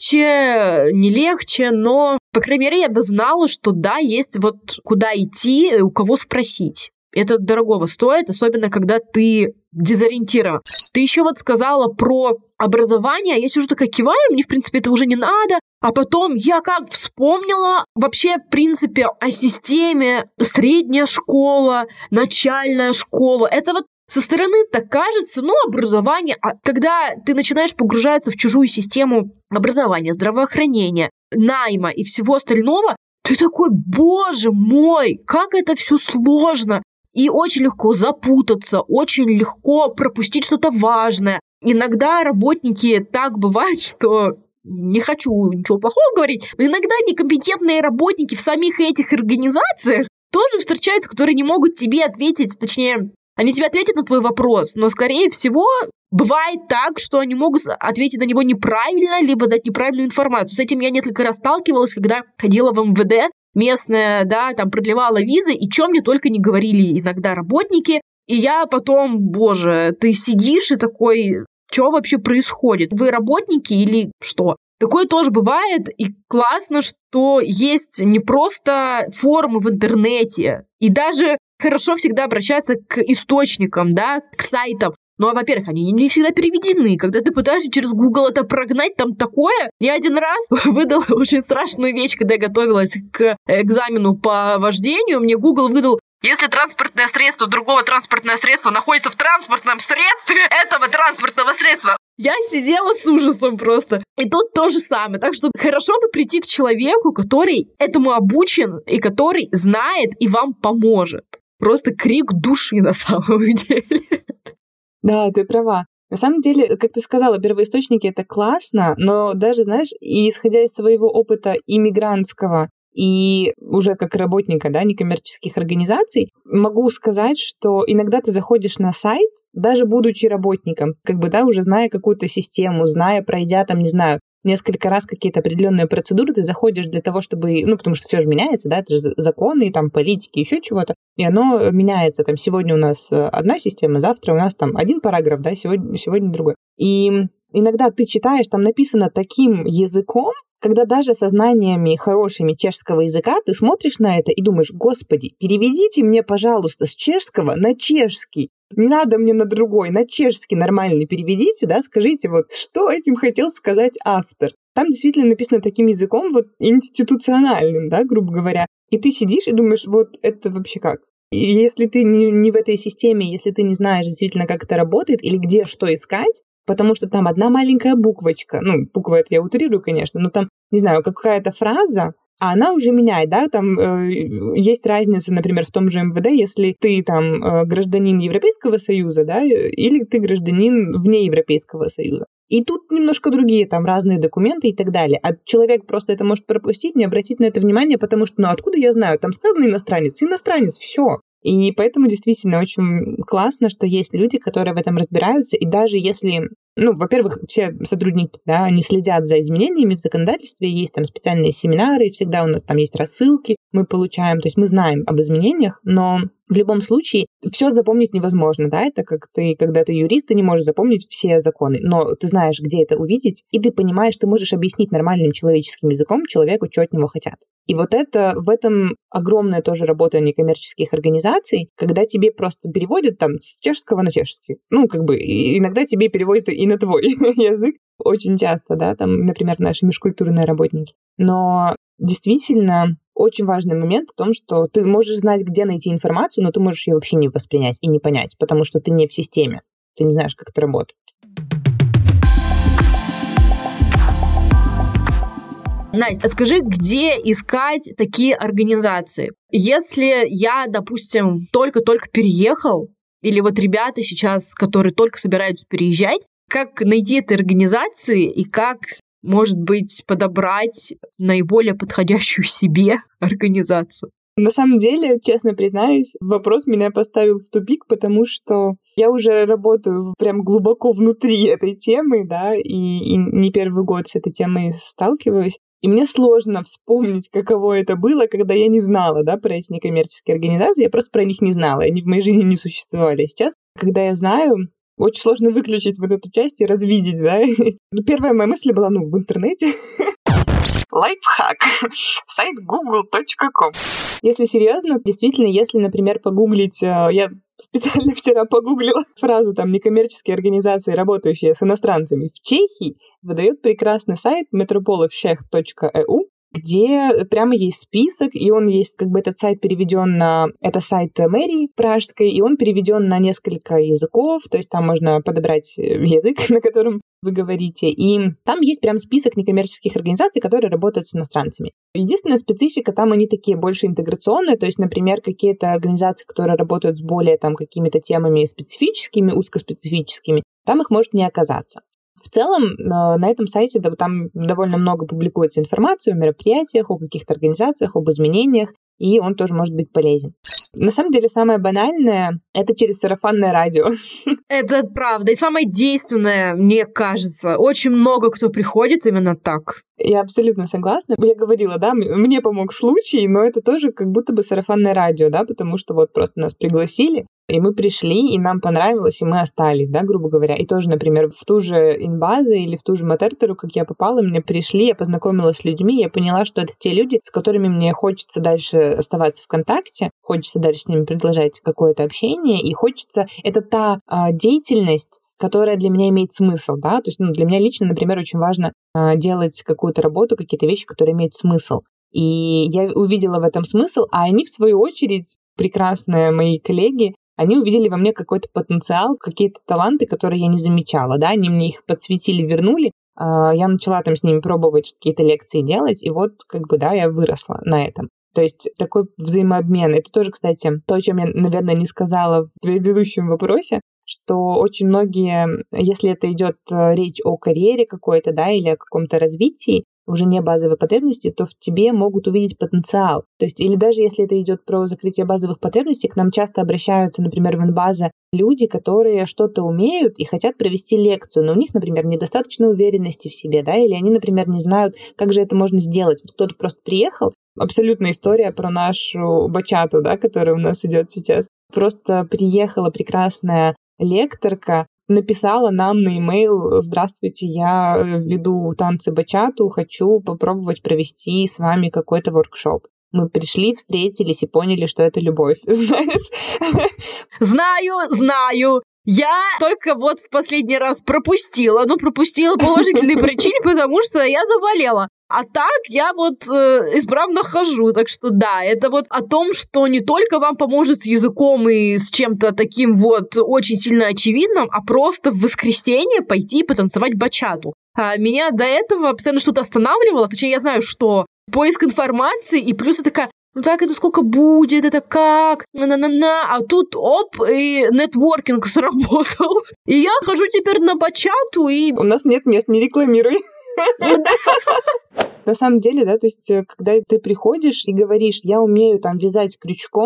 Speaker 2: легче, не легче, но, по крайней мере, я бы знала, что да, есть вот куда идти, у кого спросить. Это дорогого стоит, особенно когда ты дезориентирован. Ты еще вот сказала про образование, я сижу такая киваю, мне, в принципе, это уже не надо, а потом я как вспомнила вообще, в принципе, о системе средняя школа, начальная школа. Это вот со стороны так кажется, ну, образование, а когда ты начинаешь погружаться в чужую систему образования, здравоохранения, найма и всего остального, ты такой, боже мой, как это все сложно. И очень легко запутаться, очень легко пропустить что-то важное. Иногда работники так бывает, что не хочу ничего плохого говорить, но иногда некомпетентные работники в самих этих организациях тоже встречаются, которые не могут тебе ответить, точнее, они тебе ответят на твой вопрос, но, скорее всего, бывает так, что они могут ответить на него неправильно, либо дать неправильную информацию. С этим я несколько раз сталкивалась, когда ходила в эм вэ дэ, местная, да, там продлевала визы, и чем мне только не говорили иногда работники. И я потом, боже, ты сидишь и такой, что вообще происходит? Вы работники или что? Такое тоже бывает, и классно, что есть не просто форумы в интернете, и даже хорошо всегда обращаться к источникам, да, к сайтам. Ну, а, во-первых, они не всегда переведены. Когда ты пытаешься через Google это прогнать, там такое. Я один раз выдала очень страшную вещь, когда я готовилась к экзамену по вождению. Мне Google выдал: если транспортное средство другого транспортного средства находится в транспортном средстве этого транспортного средства. Я сидела с ужасом просто. И тут то же самое. Так что хорошо бы прийти к человеку, который этому обучен и который знает и вам поможет. Просто крик души на самом деле.
Speaker 1: Да, ты права. На самом деле, как ты сказала, первоисточники — это классно, но даже, знаешь, исходя из своего опыта иммигрантского и уже как работника, да, некоммерческих организаций, могу сказать, что иногда ты заходишь на сайт, даже будучи работником, как бы, да, уже зная какую-то систему, зная, пройдя там, не знаю, несколько раз какие-то определенные процедуры, ты заходишь для того, чтобы, ну, потому что все же меняется, да, это же законы, там, политики, еще чего-то, и оно меняется, там, сегодня у нас одна система, завтра у нас там один параграф, да, сегодня, сегодня другой. И иногда ты читаешь, там написано таким языком, когда даже со знаниями хорошими чешского языка ты смотришь на это и думаешь: господи, переведите мне, пожалуйста, с чешского на чешский. Не надо мне на другой, на чешский нормально переведите, да, скажите, вот что этим хотел сказать автор. Там действительно написано таким языком, вот институциональным, да, грубо говоря. И ты сидишь и думаешь: вот это вообще как? И если ты не, не в этой системе, если ты не знаешь действительно, как это работает или где что искать, потому что там одна маленькая буквочка, ну, буква это я утрирую, конечно, но там, не знаю, какая-то фраза, а она уже меняет, да, там э, есть разница, например, в том же эм вэ дэ, если ты там э, гражданин Европейского Союза, да, или ты гражданин вне Европейского Союза. И тут немножко другие там разные документы и так далее. А человек просто это может пропустить, не обратить на это внимание, потому что, ну, откуда я знаю, там сказано иностранец, иностранец, все. И поэтому действительно очень классно, что есть люди, которые в этом разбираются, и даже если Ну, во-первых, все сотрудники, да, они следят за изменениями в законодательстве, есть там специальные семинары, всегда у нас там есть рассылки, мы получаем, то есть мы знаем об изменениях, но в любом случае все запомнить невозможно, да, это как ты, когда ты юрист, ты не можешь запомнить все законы, но ты знаешь, где это увидеть, и ты понимаешь, ты можешь объяснить нормальным человеческим языком человеку, что от него хотят. И вот это, в этом огромная тоже работа некоммерческих организаций, когда тебе просто переводят там с чешского на чешский. Ну, как бы, иногда тебе переводят и на твой язык, очень часто, да, там, например, наши межкультурные работники. Но действительно очень важный момент в том, что ты можешь знать, где найти информацию, но ты можешь ее вообще не воспринять и не понять, потому что ты не в системе, ты не знаешь, как это работает.
Speaker 2: Настя, а скажи, где искать такие организации? Если я, допустим, только-только переехал, или вот ребята сейчас, которые только собираются переезжать, как найти эти организации и как, может быть, подобрать наиболее подходящую себе организацию?
Speaker 1: На самом деле, честно признаюсь, вопрос меня поставил в тупик, потому что я уже работаю прям глубоко внутри этой темы, да, и, и не первый год с этой темой сталкиваюсь. И мне сложно вспомнить, каково это было, когда я не знала, да, про эти некоммерческие организации, я просто про них не знала, они в моей жизни не существовали. Сейчас, когда я знаю, очень сложно выключить вот эту часть и развидеть, да. Ну, первая моя мысль была, ну, в интернете. Лайфхак. Сайт гугл точка ком. Если серьезно, действительно, если, например, погуглить, я специально вчера погуглила фразу там «некоммерческие организации, работающие с иностранцами в Чехии», выдает прекрасный сайт metropolovchech точка и ю, где прямо есть список, и он есть, как бы этот сайт переведен на... Это сайт мэрии пражской, и он переведен на несколько языков, то есть там можно подобрать язык, на котором вы говорите, и там есть прям список некоммерческих организаций, которые работают с иностранцами. Единственная специфика, там они такие больше интеграционные, то есть, например, какие-то организации, которые работают с более там какими-то темами специфическими, узкоспецифическими, там их может не оказаться. В целом, на этом сайте там довольно много публикуется информации о мероприятиях, о каких-то организациях, об изменениях, и он тоже может быть полезен. На самом деле, самое банальное — это через сарафанное радио.
Speaker 2: Это правда. И самое действенное, мне кажется. Очень много кто приходит именно так.
Speaker 1: Я абсолютно согласна. Я говорила, да, мне помог случай, но это тоже как будто бы сарафанное радио, да, потому что вот просто нас пригласили, и мы пришли, и нам понравилось, и мы остались, да, грубо говоря. И тоже, например, в ту же Инбазе или в ту же Матертеру, как я попала, мне пришли, я познакомилась с людьми, я поняла, что это те люди, с которыми мне хочется дальше оставаться в контакте, хочется дальше с ними продолжать какое-то общение, и хочется... Это та а, деятельность, которая для меня имеет смысл, да, то есть, ну, для меня лично, например, очень важно э, делать какую-то работу, какие-то вещи, которые имеют смысл. И я увидела в этом смысл, а они, в свою очередь, прекрасные мои коллеги, они увидели во мне какой-то потенциал, какие-то таланты, которые я не замечала, да, они мне их подсветили, вернули, э, я начала там с ними пробовать какие-то лекции делать, и вот, как бы, да, я выросла на этом. То есть такой взаимообмен. Это тоже, кстати, то, о чем я, наверное, не сказала в предыдущем вопросе, что очень многие, если это идет речь о карьере какой-то, да, или о каком-то развитии, уже не базовой потребности, то в тебе могут увидеть потенциал. То есть, или даже если это идет про закрытие базовых потребностей, к нам часто обращаются, например, в Инбазе люди, которые что-то умеют и хотят провести лекцию, но у них, например, недостаточно уверенности в себе, да, или они, например, не знают, как же это можно сделать. Вот кто-то просто приехал, абсолютная история про нашу бачату, да, которая у нас идет сейчас. Просто приехала прекрасная лекторка, написала нам на e-mail: «Здравствуйте, я веду танцы бачату, хочу попробовать провести с вами какой-то воркшоп». Мы пришли, встретились и поняли, что это любовь, знаешь?
Speaker 2: Знаю, знаю. Я только вот в последний раз пропустила, ну, пропустила по уважительной причине, потому что я заболела. А так я вот э, исправно хожу, так что да, это вот о том, что не только вам поможет с языком и с чем-то таким вот очень сильно очевидным, а просто в воскресенье пойти потанцевать бачату. А меня до этого постоянно что-то останавливало, точнее я знаю, что поиск информации, и плюс я такая: ну так, это сколько будет, это как, на-на-на-на, а тут оп, и нетворкинг сработал. И я хожу теперь на бачату, и...
Speaker 1: У нас нет мест, не рекламируй. На самом деле, да, то есть, когда ты приходишь и говоришь: я умею там вязать крючком,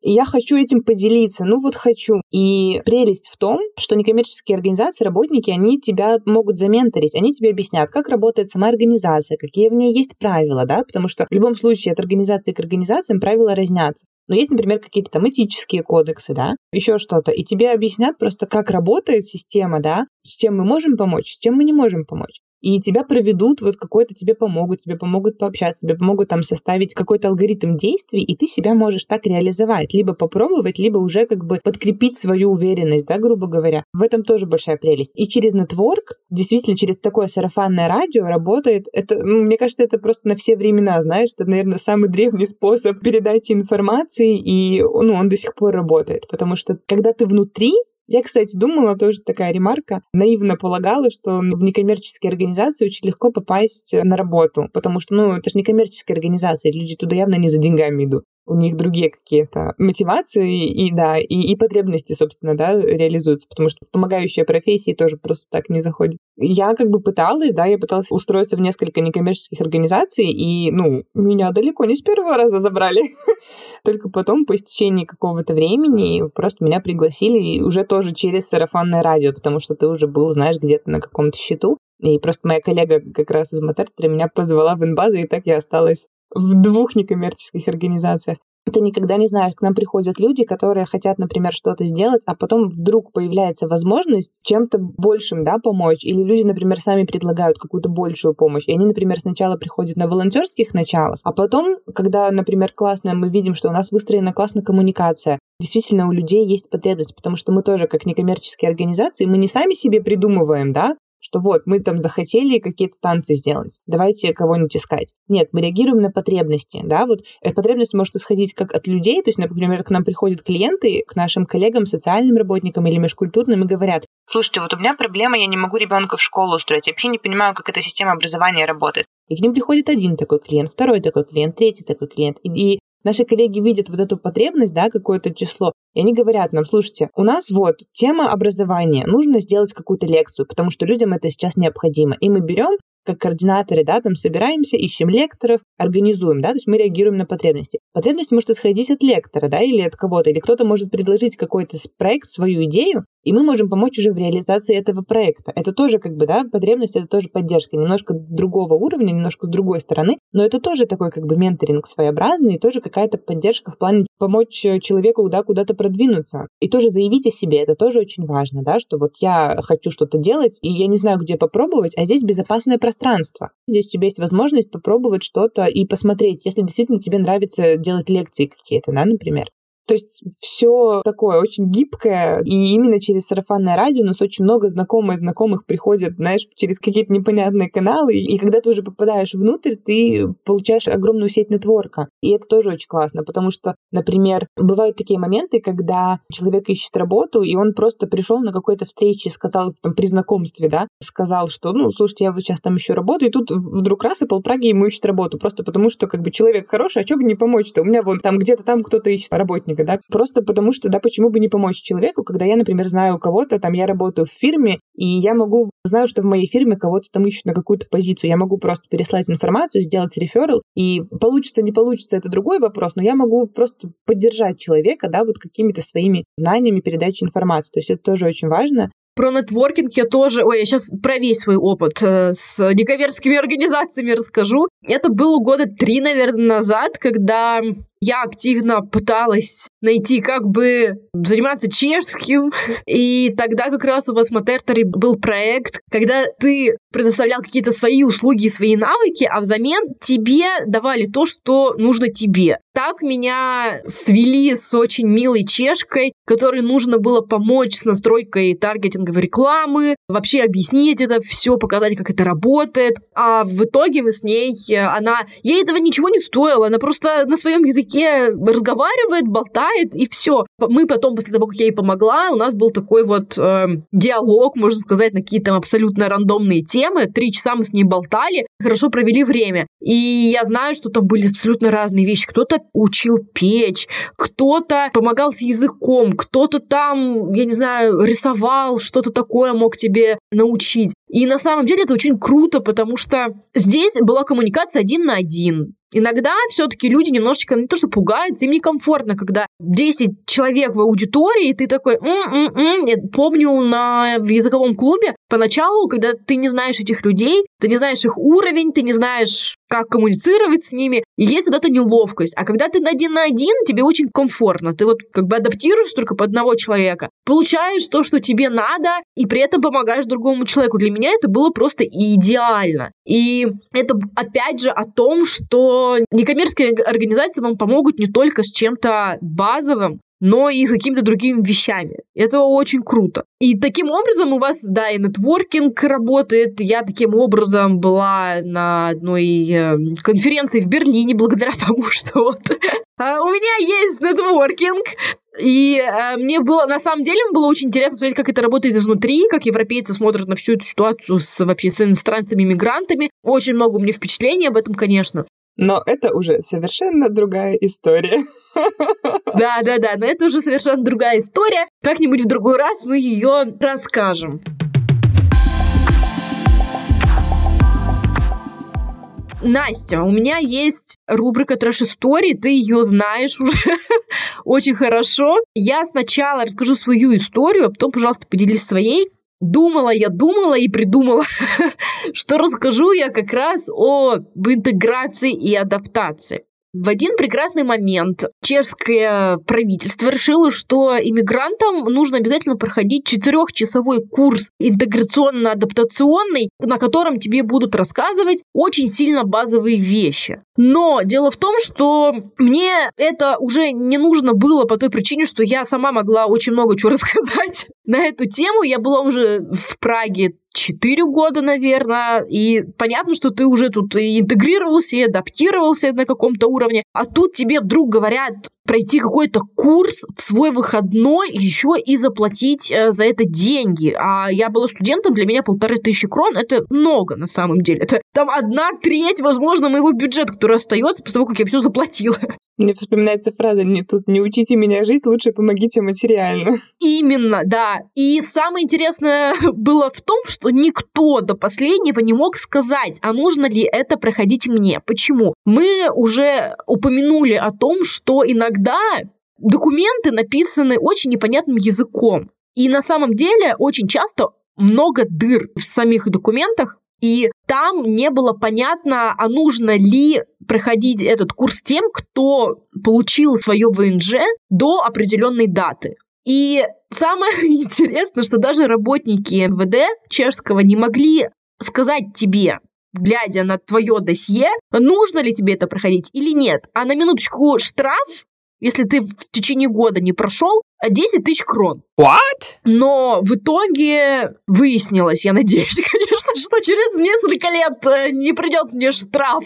Speaker 1: И я хочу этим поделиться, ну вот хочу. И прелесть в том, что некоммерческие организации, работники, они тебя могут заменторить, они тебе объяснят, как работает сама организация, какие в ней есть правила, да, потому что в любом случае от организации к организациям правила разнятся. Но есть, например, какие-то там этические кодексы, да, еще что-то, и тебе объяснят просто, как работает система, да, с чем мы можем помочь, с чем мы не можем помочь. И тебя проведут, вот какой-то тебе помогут, тебе помогут пообщаться, тебе помогут там составить какой-то алгоритм действий, и ты себя можешь так реализовать, либо попробовать, либо уже как бы подкрепить свою уверенность, да, грубо говоря. В этом тоже большая прелесть. И через нетворк, действительно, через такое сарафанное радио работает, это, ну, мне кажется, это просто на все времена, знаешь, это, наверное, самый древний способ передачи информации, и, ну, он до сих пор работает, потому что когда ты внутри, я, кстати, думала, тоже такая ремарка, наивно полагала, что в некоммерческие организации очень легко попасть на работу, потому что, ну, это же некоммерческая организация, люди туда явно не за деньгами идут. У них другие какие-то мотивации и, да, и, и потребности, собственно, да, реализуются, потому что в помогающие профессии тоже просто так не заходят. Я как бы пыталась, да, я пыталась устроиться в несколько некоммерческих организаций, и, ну, меня далеко не с первого раза забрали. Только потом, по истечении какого-то времени, просто меня пригласили уже тоже через сарафанное радио, потому что ты уже был, знаешь, где-то на каком-то счету. И просто моя коллега как раз из Мотартера меня позвала в инбазы, и так я осталась в двух некоммерческих организациях. Ты никогда не знаешь, к нам приходят люди, которые хотят, например, что-то сделать, а потом вдруг появляется возможность чем-то большим, да, помочь. Или люди, например, сами предлагают какую-то большую помощь. И они, например, сначала приходят на волонтерских началах, а потом, когда, например, классно, мы видим, что у нас выстроена классная коммуникация, действительно у людей есть потребность, потому что мы тоже, как некоммерческие организации, мы не сами себе придумываем, да, что вот, мы там захотели какие-то танцы сделать, давайте кого-нибудь искать. Нет, мы реагируем на потребности, да, вот эта потребность может исходить как от людей, то есть, например, к нам приходят клиенты, к нашим коллегам, социальным работникам или межкультурным и говорят: слушайте, вот у меня проблема, я не могу ребенка в школу устроить, я вообще не понимаю, как эта система образования работает. И к ним приходит один такой клиент, второй такой клиент, третий такой клиент, и, и наши коллеги видят вот эту потребность, да, какое-то число, и они говорят нам: слушайте, у нас вот тема образования, нужно сделать какую-то лекцию, потому что людям это сейчас необходимо. И мы берем, как координаторы, да, там собираемся, ищем лекторов, организуем, да, то есть мы реагируем на потребности. Потребность может исходить от лектора, да, или от кого-то, или кто-то может предложить какой-то проект, свою идею, и мы можем помочь уже в реализации этого проекта. Это тоже как бы, да, потребность, это тоже поддержка, немножко другого уровня, немножко с другой стороны, но это тоже такой как бы менторинг своеобразный, и тоже какая-то поддержка в плане помочь человеку, да, куда-то продвинуться. И тоже заявить о себе, это тоже очень важно, да, что вот я хочу что-то делать, и я не знаю, где попробовать, а здесь безопасное пространство. Здесь у тебя есть возможность попробовать что-то и посмотреть, если действительно тебе нравится делать лекции какие-то, да, например. То есть все такое очень гибкое, и именно через сарафанное радио у нас очень много знакомых знакомых приходят, знаешь, через какие-то непонятные каналы, и когда ты уже попадаешь внутрь, ты получаешь огромную сеть нетворка. И это тоже очень классно, потому что, например, бывают такие моменты, когда человек ищет работу, и он просто пришел на какой-то встрече, сказал там, при знакомстве, да, сказал, что, ну, слушайте, я вот сейчас там ищу работу, и тут вдруг раз и полпраги ему ищет работу, просто потому что, как бы, человек хороший, а что бы не помочь-то? У меня вон там где-то там кто-то ищет работника, да, просто потому что, да, почему бы не помочь человеку, когда я, например, знаю кого-то, там, я работаю в фирме, и я могу, знаю, что в моей фирме кого-то там ищут на какую-то позицию, я могу просто переслать информацию, сделать реферал, и получится, не получится, это другой вопрос, но я могу просто поддержать человека, да, вот какими-то своими знаниями передачи информации, то есть это тоже очень важно.
Speaker 2: Про нетворкинг я тоже... Ой, я сейчас про весь свой опыт э, с некоммерческими организациями расскажу. Это было года три, наверное, назад, когда я активно пыталась найти, как бы заниматься чешским. И тогда как раз у вас в Мотартере был проект, когда ты предоставлял какие-то свои услуги, свои навыки, а взамен тебе давали то, что нужно тебе. Так меня свели с очень милой чешкой, которой нужно было помочь с настройкой таргетинговой рекламы, вообще объяснить это все, показать, как это работает. А в итоге мы с ней, она, ей этого ничего не стоило, она просто на своем языке разговаривает, болтает, и все. Мы потом, после того, как я ей помогла, у нас был такой вот э, диалог, можно сказать, на какие-то абсолютно рандомные темы. Три часа мы с ней болтали, хорошо провели время. И я знаю, что там были абсолютно разные вещи. Кто-то учил печь, кто-то помогал с языком, кто-то там, я не знаю, рисовал, что-то такое мог тебе научить. И на самом деле это очень круто, потому что здесь была коммуникация один на один. Иногда все-таки люди немножечко не то что пугаются, им некомфортно, когда десять человек в аудитории, и ты такой, м-м-м. Я помню на в языковом клубе поначалу, когда ты не знаешь этих людей, ты не знаешь их уровень, ты не знаешь, как коммуницировать с ними, и есть вот эта неловкость. А когда ты один на один, тебе очень комфортно. Ты вот как бы адаптируешь только под одного человека, получаешь то, что тебе надо, и при этом помогаешь другому человеку. Для меня это было просто идеально. И это, опять же, о том, что некоммерческие организации вам помогут не только с чем-то базовым, но и с какими-то другими вещами. Это очень круто. И таким образом у вас, да, и нетворкинг работает. Я таким образом была на одной э, конференции в Берлине благодаря тому, что вот э, у меня есть нетворкинг. И э, мне было, на самом деле, было очень интересно посмотреть, как это работает изнутри, как европейцы смотрят на всю эту ситуацию с, вообще с иностранцами-мигрантами. Очень много у меня впечатлений об этом, конечно.
Speaker 1: Но это уже совершенно другая история.
Speaker 2: Да, да, да, но это уже совершенно другая история. Как-нибудь в другой раз мы ее расскажем. Настя, у меня есть рубрика «Трэш-истории», ты ее знаешь уже очень хорошо. Я сначала расскажу свою историю, а потом, пожалуйста, поделись своей. Думала я, думала и придумала, что расскажу я как раз об интеграции и адаптации. В один прекрасный момент чешское правительство решило, что иммигрантам нужно обязательно проходить четырехчасовой курс интеграционно-адаптационный, на котором тебе будут рассказывать очень сильно базовые вещи. Но дело в том, что мне это уже не нужно было по той причине, что я сама могла очень много чего рассказать на эту тему. Я была уже в Праге четыре года, наверное, и понятно, что ты уже тут и интегрировался, и адаптировался на каком-то уровне, а тут тебе вдруг говорят пройти какой-то курс в свой выходной, еще и заплатить э, за это деньги. А я была студентом, для меня полторы тысячи крон — это много на самом деле. Это там одна треть, возможно, моего бюджета, который остается после того, как я все заплатила.
Speaker 1: Мне вспоминается фраза «Не тут не учите меня жить, лучше помогите материально».
Speaker 2: Именно, да. И самое интересное было в том, что никто до последнего не мог сказать, а нужно ли это проходить мне. Почему? Мы уже упомянули о том, что иногда документы написаны очень непонятным языком. И на самом деле очень часто много дыр в самих документах, и там не было понятно, а нужно ли проходить этот курс тем, кто получил свое ВНЖ до определенной даты. И самое интересное, что даже работники эм вэ дэ чешского не могли сказать тебе, глядя на твое досье, нужно ли тебе это проходить или нет. А на минуточку штраф, если ты в течение года не прошел, десять тысяч крон.
Speaker 1: What?
Speaker 2: Но в итоге выяснилось, я надеюсь, конечно, что через несколько лет не придет мне штраф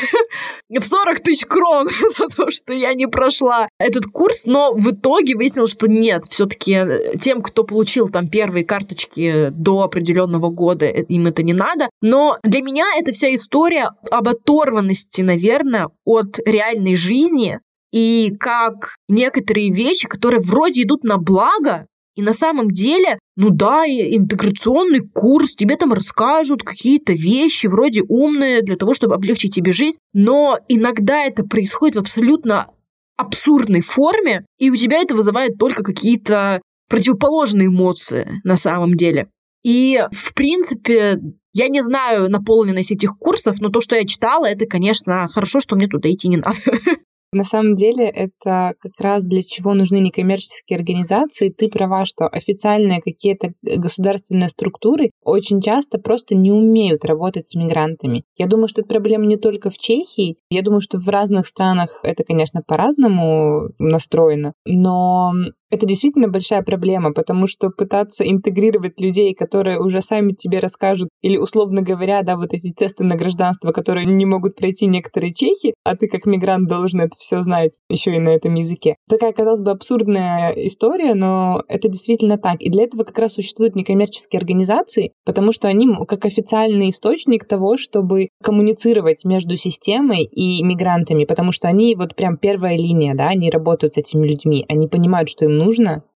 Speaker 2: в сорок тысяч крон за то, что я не прошла этот курс. Но в итоге выяснилось, что нет, все-таки тем, кто получил там первые карточки до определенного года, им это не надо. Но для меня эта вся история об оторванности, наверное, от реальной жизни. И как некоторые вещи, которые вроде идут на благо, и на самом деле, ну да, интеграционный курс, тебе там расскажут какие-то вещи вроде умные для того, чтобы облегчить тебе жизнь, но иногда это происходит в абсолютно абсурдной форме, и у тебя это вызывает только какие-то противоположные эмоции на самом деле. И, в принципе, я не знаю наполненность этих курсов, но то, что я читала, это, конечно, хорошо, что мне туда идти не надо.
Speaker 1: На самом деле, это как раз для чего нужны некоммерческие организации. Ты права, что официальные какие-то государственные структуры очень часто просто не умеют работать с мигрантами. Я думаю, что это проблема не только в Чехии. Я думаю, что в разных странах это, конечно, по-разному настроено. Но это действительно большая проблема, потому что пытаться интегрировать людей, которые уже сами тебе расскажут, или, условно говоря, да, вот эти тесты на гражданство, которые не могут пройти некоторые чехи, а ты как мигрант должен это все знать еще и на этом языке. Такая, казалось бы, абсурдная история, но это действительно так. И для этого как раз существуют некоммерческие организации, потому что они как официальный источник того, чтобы коммуницировать между системой и мигрантами, потому что они вот прям первая линия, да, они работают с этими людьми, они понимают, что им нужно,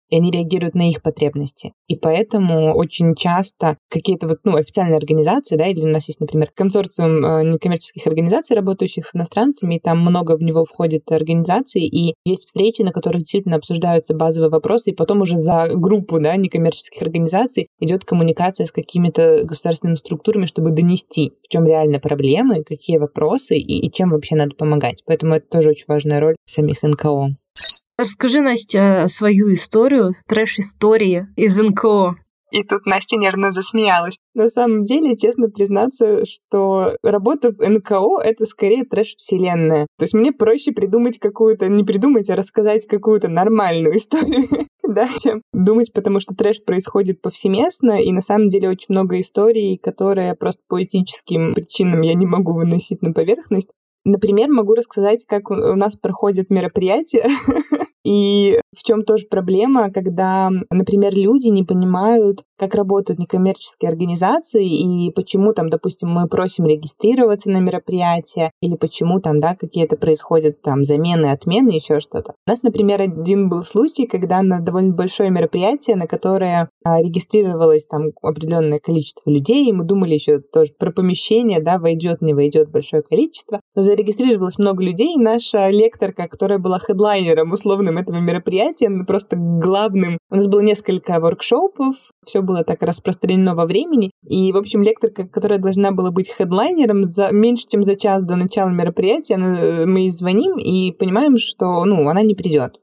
Speaker 1: и они реагируют на их потребности. И поэтому очень часто какие-то вот, ну, официальные организации, да, или у нас есть, например, консорциум э, некоммерческих организаций, работающих с иностранцами, и там много в него входит организаций, и есть встречи, на которых действительно обсуждаются базовые вопросы, и потом уже за группу, да, некоммерческих организаций идет коммуникация с какими-то государственными структурами, чтобы донести, в чем реально проблемы, какие вопросы и, и чем вообще надо помогать. Поэтому это тоже очень важная роль самих эн ка о.
Speaker 2: Расскажи, Настя, свою историю, трэш-истории из эн ка о.
Speaker 1: И тут Настя нервно засмеялась. На самом деле, честно признаться, что работа в эн ка о — это скорее трэш-вселенная. То есть мне проще придумать какую-то, не придумать, а рассказать какую-то нормальную историю, да, чем думать, потому что трэш происходит повсеместно, и на самом деле очень много историй, которые просто по этическим причинам я не могу выносить на поверхность. Например, могу рассказать, как у нас проходят мероприятия, и в чем тоже проблема, когда, например, люди не понимают, как работают некоммерческие организации и почему там, допустим, мы просим регистрироваться на мероприятия или почему там, да, какие-то происходят там замены, отмены, еще что-то. У нас, например, один был случай, когда на довольно большое мероприятие, на которое а, регистрировалось там определенное количество людей, и мы думали еще тоже про помещение, да, войдет, не войдет большое количество, но зарегистрировалось много людей, и наша лекторка, которая была хедлайнером условным этого мероприятия, просто главным, у нас было несколько воркшопов, все было так распространено во времени, и, в общем, лекторка, которая должна была быть хедлайнером, за меньше, чем за час до начала мероприятия, она, мы ей звоним и понимаем, что, ну, она не придет.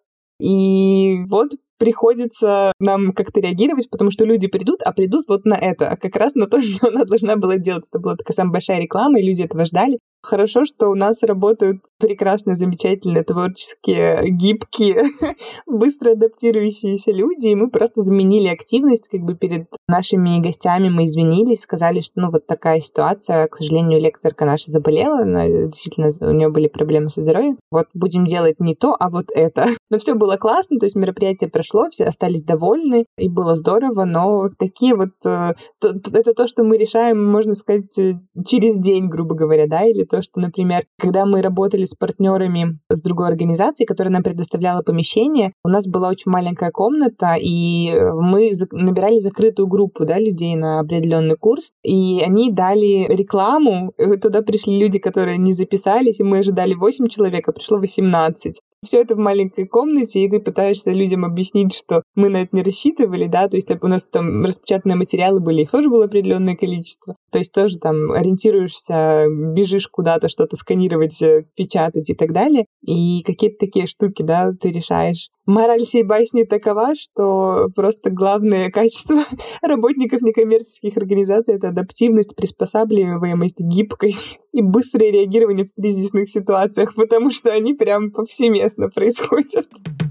Speaker 1: И вот приходится нам как-то реагировать, потому что люди придут, а придут вот на это, а как раз на то, что она должна была делать. Это была такая самая большая реклама, и люди этого ждали. Хорошо, что у нас работают прекрасные, замечательные, творческие, гибкие, быстро адаптирующиеся люди, и мы просто заменили активность как бы перед нашими гостями, мы извинились, сказали, что ну вот такая ситуация, к сожалению, лекторка наша заболела, она, действительно, у нее были проблемы со здоровьем, вот будем делать не то, а вот это. Но все было классно, то есть мероприятие прошло, все остались довольны, и было здорово, но такие вот, это то, что мы решаем, можно сказать, через день, грубо говоря, да, или то, что, например, когда мы работали с партнерами с другой организацией, которая нам предоставляла помещение, у нас была очень маленькая комната, и мы набирали закрытую группу, да, людей на определенный курс, и они дали рекламу, туда пришли люди, которые не записались, и мы ожидали восемь человек, а пришло восемнадцать. Все это в маленькой комнате, и ты пытаешься людям объяснить, что мы на это не рассчитывали, да, то есть у нас там распечатанные материалы были, их тоже было определенное количество, то есть тоже там ориентируешься, бежишь куда-то что-то сканировать, печатать и так далее, и какие-то такие штуки, да, ты решаешь. Мораль сей басни такова, что просто главное качество работников некоммерческих организаций — это адаптивность, приспосабливаемость, гибкость и быстрое реагирование в кризисных ситуациях, потому что они прям повсеместно происходят.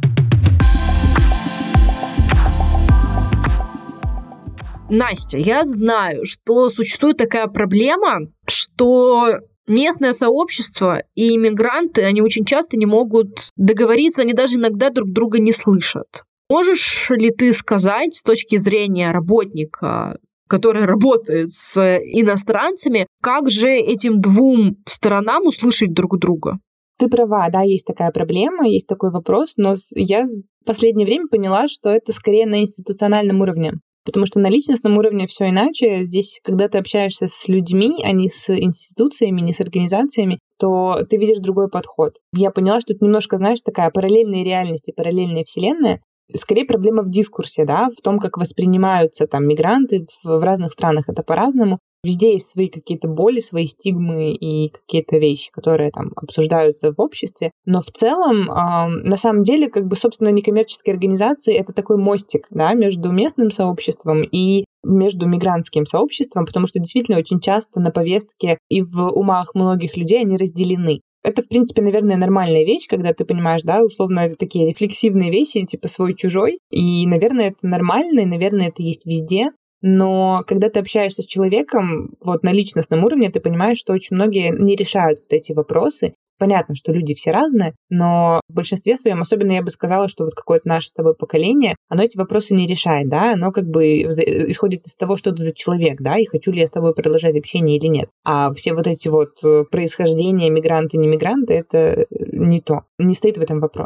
Speaker 2: Настя, я знаю, что существует такая проблема, что местное сообщество и иммигранты, они очень часто не могут договориться, они даже иногда друг друга не слышат. Можешь ли ты сказать с точки зрения работника, который работает с иностранцами, как же этим двум сторонам услышать друг друга?
Speaker 1: Ты права, да, есть такая проблема, есть такой вопрос, но я в последнее время поняла, что это скорее на институциональном уровне. Потому что на личностном уровне все иначе. Здесь, когда ты общаешься с людьми, а не с институциями, не с организациями, то ты видишь другой подход. Я поняла, что это немножко, знаешь, такая параллельная реальность и параллельная вселенная. Скорее проблема в дискурсе, да, в том, как воспринимаются там мигранты в, в разных странах. Это по-разному. Везде есть свои какие-то боли, свои стигмы и какие-то вещи, которые там обсуждаются в обществе. Но в целом, э, на самом деле, как бы, собственно, некоммерческие организации — это такой мостик, да, между местным сообществом и между мигрантским сообществом, потому что действительно очень часто на повестке и в умах многих людей они разделены. Это, в принципе, наверное, нормальная вещь, когда ты понимаешь, да, условно, это такие рефлексивные вещи, типа свой-чужой, и, наверное, это нормально, и, наверное, это есть везде. Но когда ты общаешься с человеком вот на личностном уровне, ты понимаешь, что очень многие не решают вот эти вопросы. Понятно, что люди все разные, но в большинстве своем, особенно я бы сказала, что вот какое-то наше с тобой поколение, оно эти вопросы не решает, да, оно как бы исходит из того, что ты за человек, да, и хочу ли я с тобой продолжать общение или нет. А все вот эти вот происхождения, мигранты, не мигранты, это не то, не стоит в этом вопрос.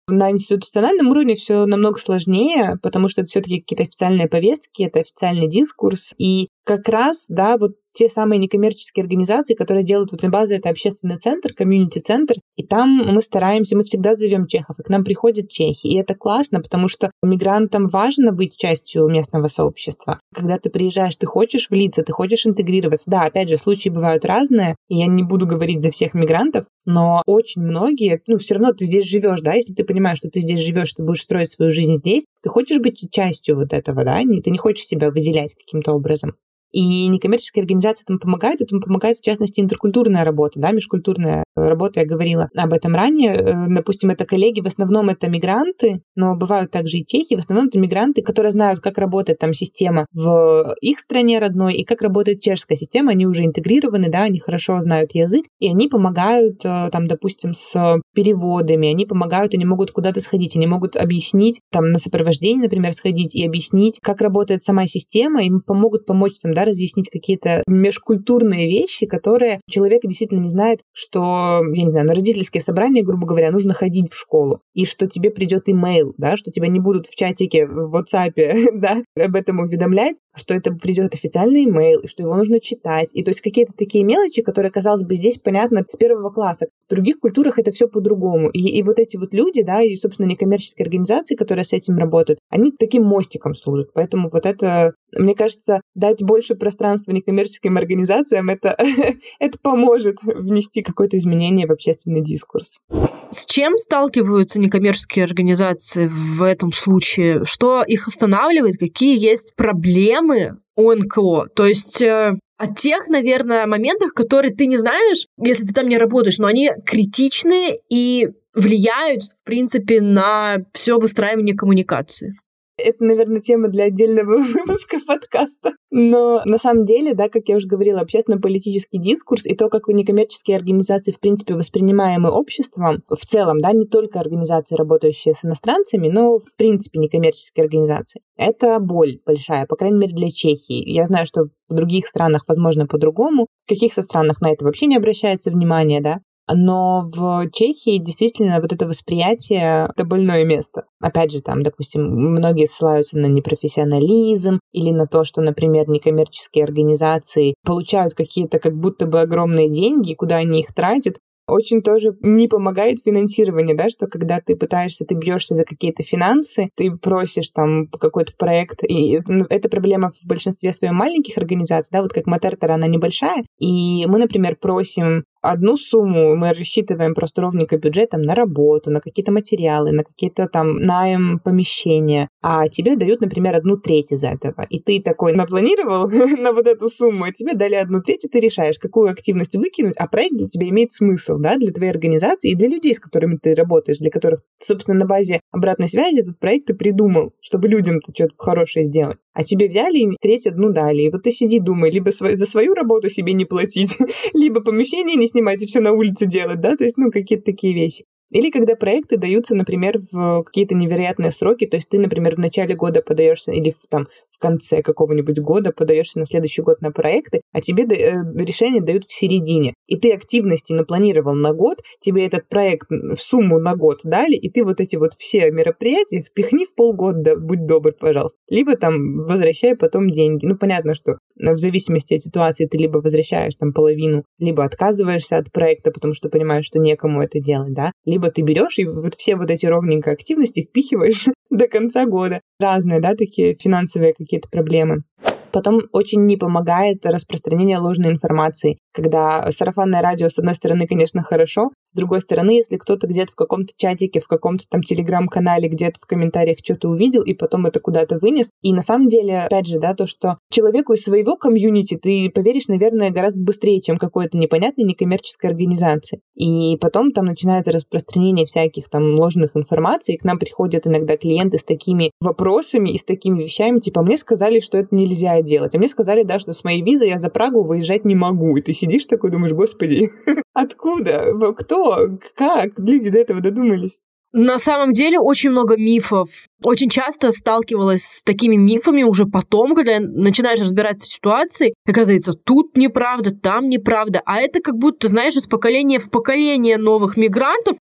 Speaker 1: На институциональном уровне все намного сложнее, потому что это все-таки какие-то официальные повестки, это официальный дискурс. И как раз, да, вот те самые некоммерческие организации, которые делают вот база, это общественный центр, комьюнити-центр, и там мы стараемся, мы всегда зовем чехов, и к нам приходят чехи. И это классно, потому что мигрантам важно быть частью местного сообщества. Когда ты приезжаешь, ты хочешь влиться, ты хочешь интегрироваться. Да, опять же, случаи бывают разные, и я не буду говорить за всех мигрантов, но очень многие, ну, все равно ты здесь живешь, да, если ты понимаешь, что ты здесь живешь, ты будешь строить свою жизнь здесь, ты хочешь быть частью вот этого, да, ты не хочешь себя выделять каким-то образом. И некоммерческие организации этому помогают. Этому помогает, в частности, интеркультурная работа, да, межкультурная работа. Я говорила об этом ранее. Допустим, это коллеги, в основном это мигранты, но бывают также и чехи. В основном это мигранты, которые знают, как работает там система в их стране родной и как работает чешская система. Они уже интегрированы, да, они хорошо знают язык, и они помогают, там, допустим, с переводами, они помогают, они могут куда-то сходить, они могут объяснить, там, на сопровождение, например, сходить и объяснить, как работает сама система, им помогут помочь, там, да, разъяснить какие-то межкультурные вещи, которые человек действительно не знает, что, я не знаю, на родительские собрания, грубо говоря, нужно ходить в школу, и что тебе придет имейл, да, что тебя не будут в чатике, в WhatsApp, да, об этом уведомлять, что это придет официальный имейл, и что его нужно читать. И то есть какие-то такие мелочи, которые, казалось бы, здесь понятно с первого класса. В других культурах это все по-другому. И, и вот эти вот люди, да, и, собственно, некоммерческие организации, которые с этим работают, они таким мостиком служат. Поэтому вот это, мне кажется, дать больше пространства некоммерческим организациям, это, это поможет внести какое-то изменение в общественный дискурс.
Speaker 2: С чем сталкиваются некоммерческие организации в этом случае? Что их останавливает? Какие есть проблемы у эн ка о? То есть э, о тех, наверное, моментах, которые ты не знаешь, если ты там не работаешь, но они критичны и влияют, в принципе, на все выстраивание коммуникации.
Speaker 1: Это, наверное, тема для отдельного выпуска подкаста. Но на самом деле, да, как я уже говорила, общественно-политический дискурс и то, как некоммерческие организации, в принципе, воспринимаемы обществом, в целом, да, не только организации, работающие с иностранцами, но, в принципе, некоммерческие организации. Это боль большая, по крайней мере, для Чехии. Я знаю, что в других странах, возможно, по-другому. В каких-то странах на это вообще не обращается внимания, да. Но в Чехии действительно вот это восприятие — это больное место. Опять же, там, допустим, многие ссылаются на непрофессионализм или на то, что, например, некоммерческие организации получают какие-то как будто бы огромные деньги, куда они их тратят. Очень тоже не помогает финансирование, да, что когда ты пытаешься, ты бьешься за какие-то финансы, ты просишь там какой-то проект, и это проблема в большинстве своем маленьких организаций, да, вот как Матертера, она небольшая, и мы, например, просим одну сумму, мы рассчитываем просто ровненько бюджетом на работу, на какие-то материалы, на какие-то там найм помещения, а тебе дают, например, одну треть из этого. И ты такой напланировал на вот эту сумму, а тебе дали одну треть, и ты решаешь, какую активность выкинуть, а проект для тебя имеет смысл, да, для твоей организации и для людей, с которыми ты работаешь, для которых, собственно, на базе обратной связи этот проект ты придумал, чтобы людям-то что-то хорошее сделать. А тебе взяли и треть одну дали. И вот ты сиди, думай, либо свой, за свою работу себе не платить, либо помещение не снимать и все на улице делать, да, то есть, ну, какие-то такие вещи. Или когда проекты даются, например, в какие-то невероятные сроки, то есть ты, например, в начале года подаешься или в, там, в конце какого-нибудь года подаешься на следующий год на проекты, а тебе решение дают в середине. И ты активности напланировал на год, тебе этот проект в сумму на год дали, и ты вот эти вот все мероприятия впихни в полгода, будь добр, пожалуйста. Либо там возвращай потом деньги. Ну, понятно, что в зависимости от ситуации ты либо возвращаешь там половину, либо отказываешься от проекта, потому что понимаешь, что некому это делать, да, либо ты берешь и вот все вот эти ровненько активности впихиваешь до конца года. Разные, да, такие финансовые какие-то проблемы. Потом очень не помогает распространение ложной информации, когда сарафанное радио, с одной стороны, конечно, хорошо, с другой стороны, если кто-то где-то в каком-то чатике, в каком-то там телеграм-канале, где-то в комментариях что-то увидел и потом это куда-то вынес. И на самом деле, опять же, да, то, что человеку из своего комьюнити ты поверишь, наверное, гораздо быстрее, чем какой-то непонятной некоммерческой организации. И потом там начинается распространение всяких там ложных информаций, и к нам приходят иногда клиенты с такими вопросами и с такими вещами, типа, мне сказали, что это нельзя делать. А мне сказали, да, что с моей визой я за Прагу выезжать не могу. И ты сидишь такой, думаешь, господи, откуда? Кто? Как? Люди до этого додумались.
Speaker 2: На самом деле очень много мифов. Очень часто сталкивалась с такими мифами уже потом, когда начинаешь разбираться в ситуации, оказывается, тут неправда, там неправда. А это как будто, знаешь, из поколения в поколение новых мигрантов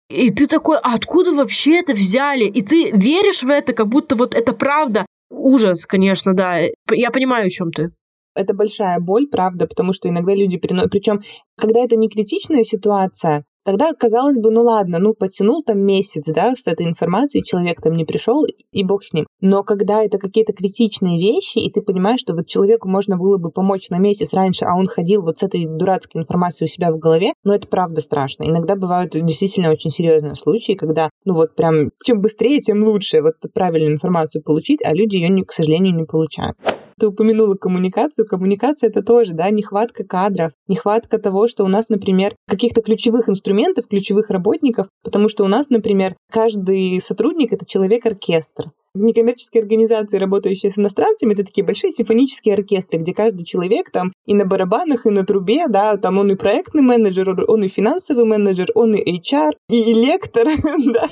Speaker 2: И ты такой, а откуда вообще это взяли? И ты веришь в это, как будто вот это правда. Ужас, конечно, да. Я понимаю, о чем ты.
Speaker 1: Это большая боль, правда, потому что иногда люди переносят... Причем, когда это не критичная ситуация, тогда, казалось бы, ну ладно, ну потянул там месяц, да, с этой информацией, человек там не пришел, и бог с ним. Но когда это какие-то критичные вещи, и ты понимаешь, что вот человеку можно было бы помочь на месяц раньше, а он ходил вот с этой дурацкой информацией у себя в голове, ну это правда страшно. Иногда бывают действительно очень серьезные случаи, когда, ну вот прям, чем быстрее, тем лучше вот правильную информацию получить, а люди ее, к сожалению, не получают. Ты упомянула коммуникацию. Коммуникация — это тоже, да, нехватка кадров, нехватка того, что у нас, например, каких-то ключевых инструментов, ключевых работников, потому что у нас, например, каждый сотрудник — это человек-оркестр. Некоммерческие организации, работающие с иностранцами, это такие большие симфонические оркестры, где каждый человек там и на барабанах, и на трубе, да, там он и проектный менеджер, он и финансовый менеджер, он и эйч ар, и лектор, да.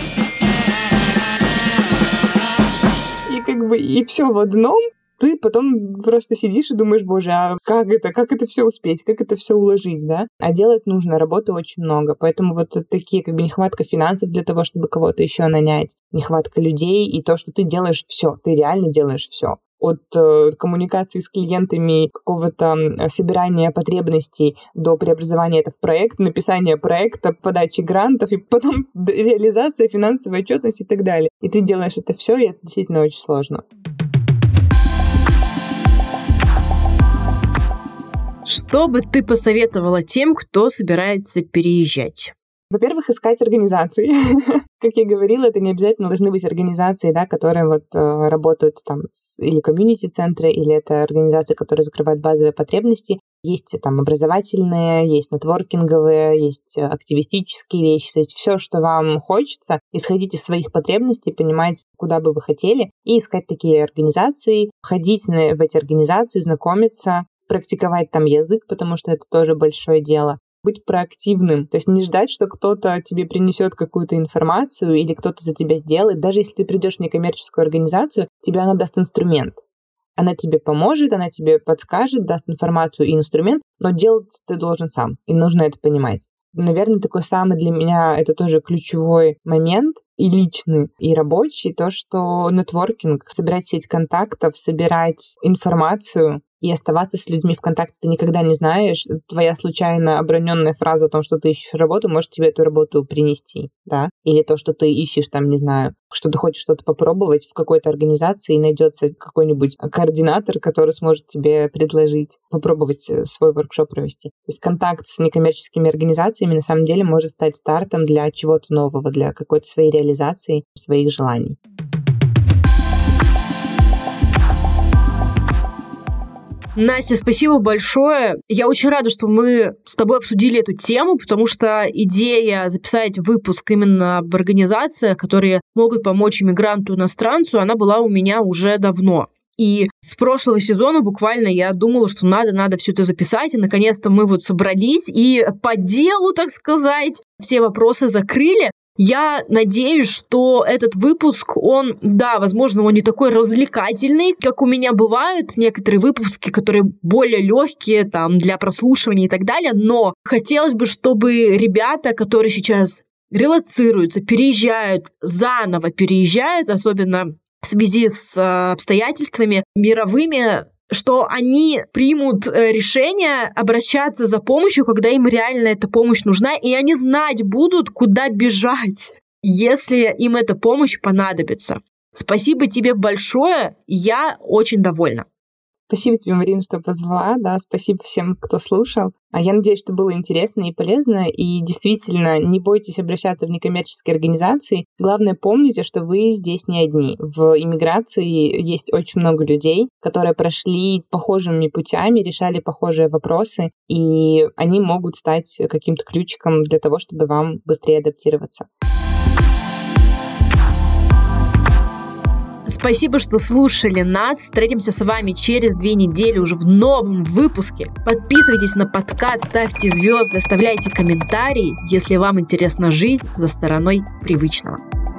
Speaker 1: И как бы и все в одном. Ты потом просто сидишь и думаешь, боже, а как это, как это все успеть, как это все уложить, да? А делать нужно, работы очень много. Поэтому вот такие, как бы, нехватка финансов для того, чтобы кого-то еще нанять, нехватка людей и то, что ты делаешь все, ты реально делаешь все. От э, коммуникации с клиентами, какого-то э, собирания потребностей до преобразования это в проект, написания проекта, подачи грантов и потом реализация, финансовая отчетность и так далее. И ты делаешь это все, и это действительно очень сложно.
Speaker 2: Что бы ты посоветовала тем, кто собирается переезжать?
Speaker 1: Во-первых, искать организации. Как я говорила, это не обязательно должны быть организации, да, которые вот э, работают там или комьюнити-центры, или это организации, которые закрывают базовые потребности. Есть там образовательные, есть нетворкинговые, есть активистические вещи. То есть все, что вам хочется, исходить из своих потребностей, понимать, куда бы вы хотели, и искать такие организации, ходить в эти организации, знакомиться, практиковать там язык, потому что это тоже большое дело. Быть проактивным, то есть не ждать, что кто-то тебе принесет какую-то информацию или кто-то за тебя сделает. Даже если ты придешь в некоммерческую организацию, тебе она даст инструмент. Она тебе поможет, она тебе подскажет, даст информацию и инструмент, но делать ты должен сам, и нужно это понимать. Наверное, такой самый для меня это тоже ключевой момент, и личный, и рабочий, то, что нетворкинг, собирать сеть контактов, собирать информацию, и оставаться с людьми в контакте. Ты никогда не знаешь, твоя случайно оброненная фраза о том, что ты ищешь работу, может тебе эту работу принести, да? Или то, что ты ищешь, там, не знаю, что ты хочешь что-то попробовать в какой-то организации, и найдется какой-нибудь координатор, который сможет тебе предложить попробовать свой воркшоп провести. То есть контакт с некоммерческими организациями на самом деле может стать стартом для чего-то нового, для какой-то своей реализации своих желаний.
Speaker 2: Настя, спасибо большое. Я очень рада, что мы с тобой обсудили эту тему, потому что идея записать выпуск именно об организациях, которые могут помочь иммигранту-иностранцу, она была у меня уже давно. И с прошлого сезона буквально я думала, что надо, надо все это записать, и наконец-то мы вот собрались и по делу, так сказать, все вопросы закрыли. Я надеюсь, что этот выпуск, он, да, возможно, он не такой развлекательный, как у меня бывают некоторые выпуски, которые более легкие, там, для прослушивания и так далее, но хотелось бы, чтобы ребята, которые сейчас релоцируются, переезжают, заново переезжают, особенно в связи с э, обстоятельствами мировыми, что они примут решение обращаться за помощью, когда им реально эта помощь нужна, и они знать будут, куда бежать, если им эта помощь понадобится. Спасибо тебе большое, я очень довольна.
Speaker 1: Спасибо тебе, Марина, что позвала, да, спасибо всем, кто слушал. А я надеюсь, что было интересно и полезно, и действительно, не бойтесь обращаться в некоммерческие организации. Главное, помните, что вы здесь не одни. В иммиграции есть очень много людей, которые прошли похожими путями, решали похожие вопросы, и они могут стать каким-то ключиком для того, чтобы вам быстрее адаптироваться.
Speaker 2: Спасибо, что слушали нас. Встретимся с вами через две недели уже в новом выпуске. Подписывайтесь на подкаст, ставьте звезды, оставляйте комментарии, если вам интересна жизнь за стороной привычного.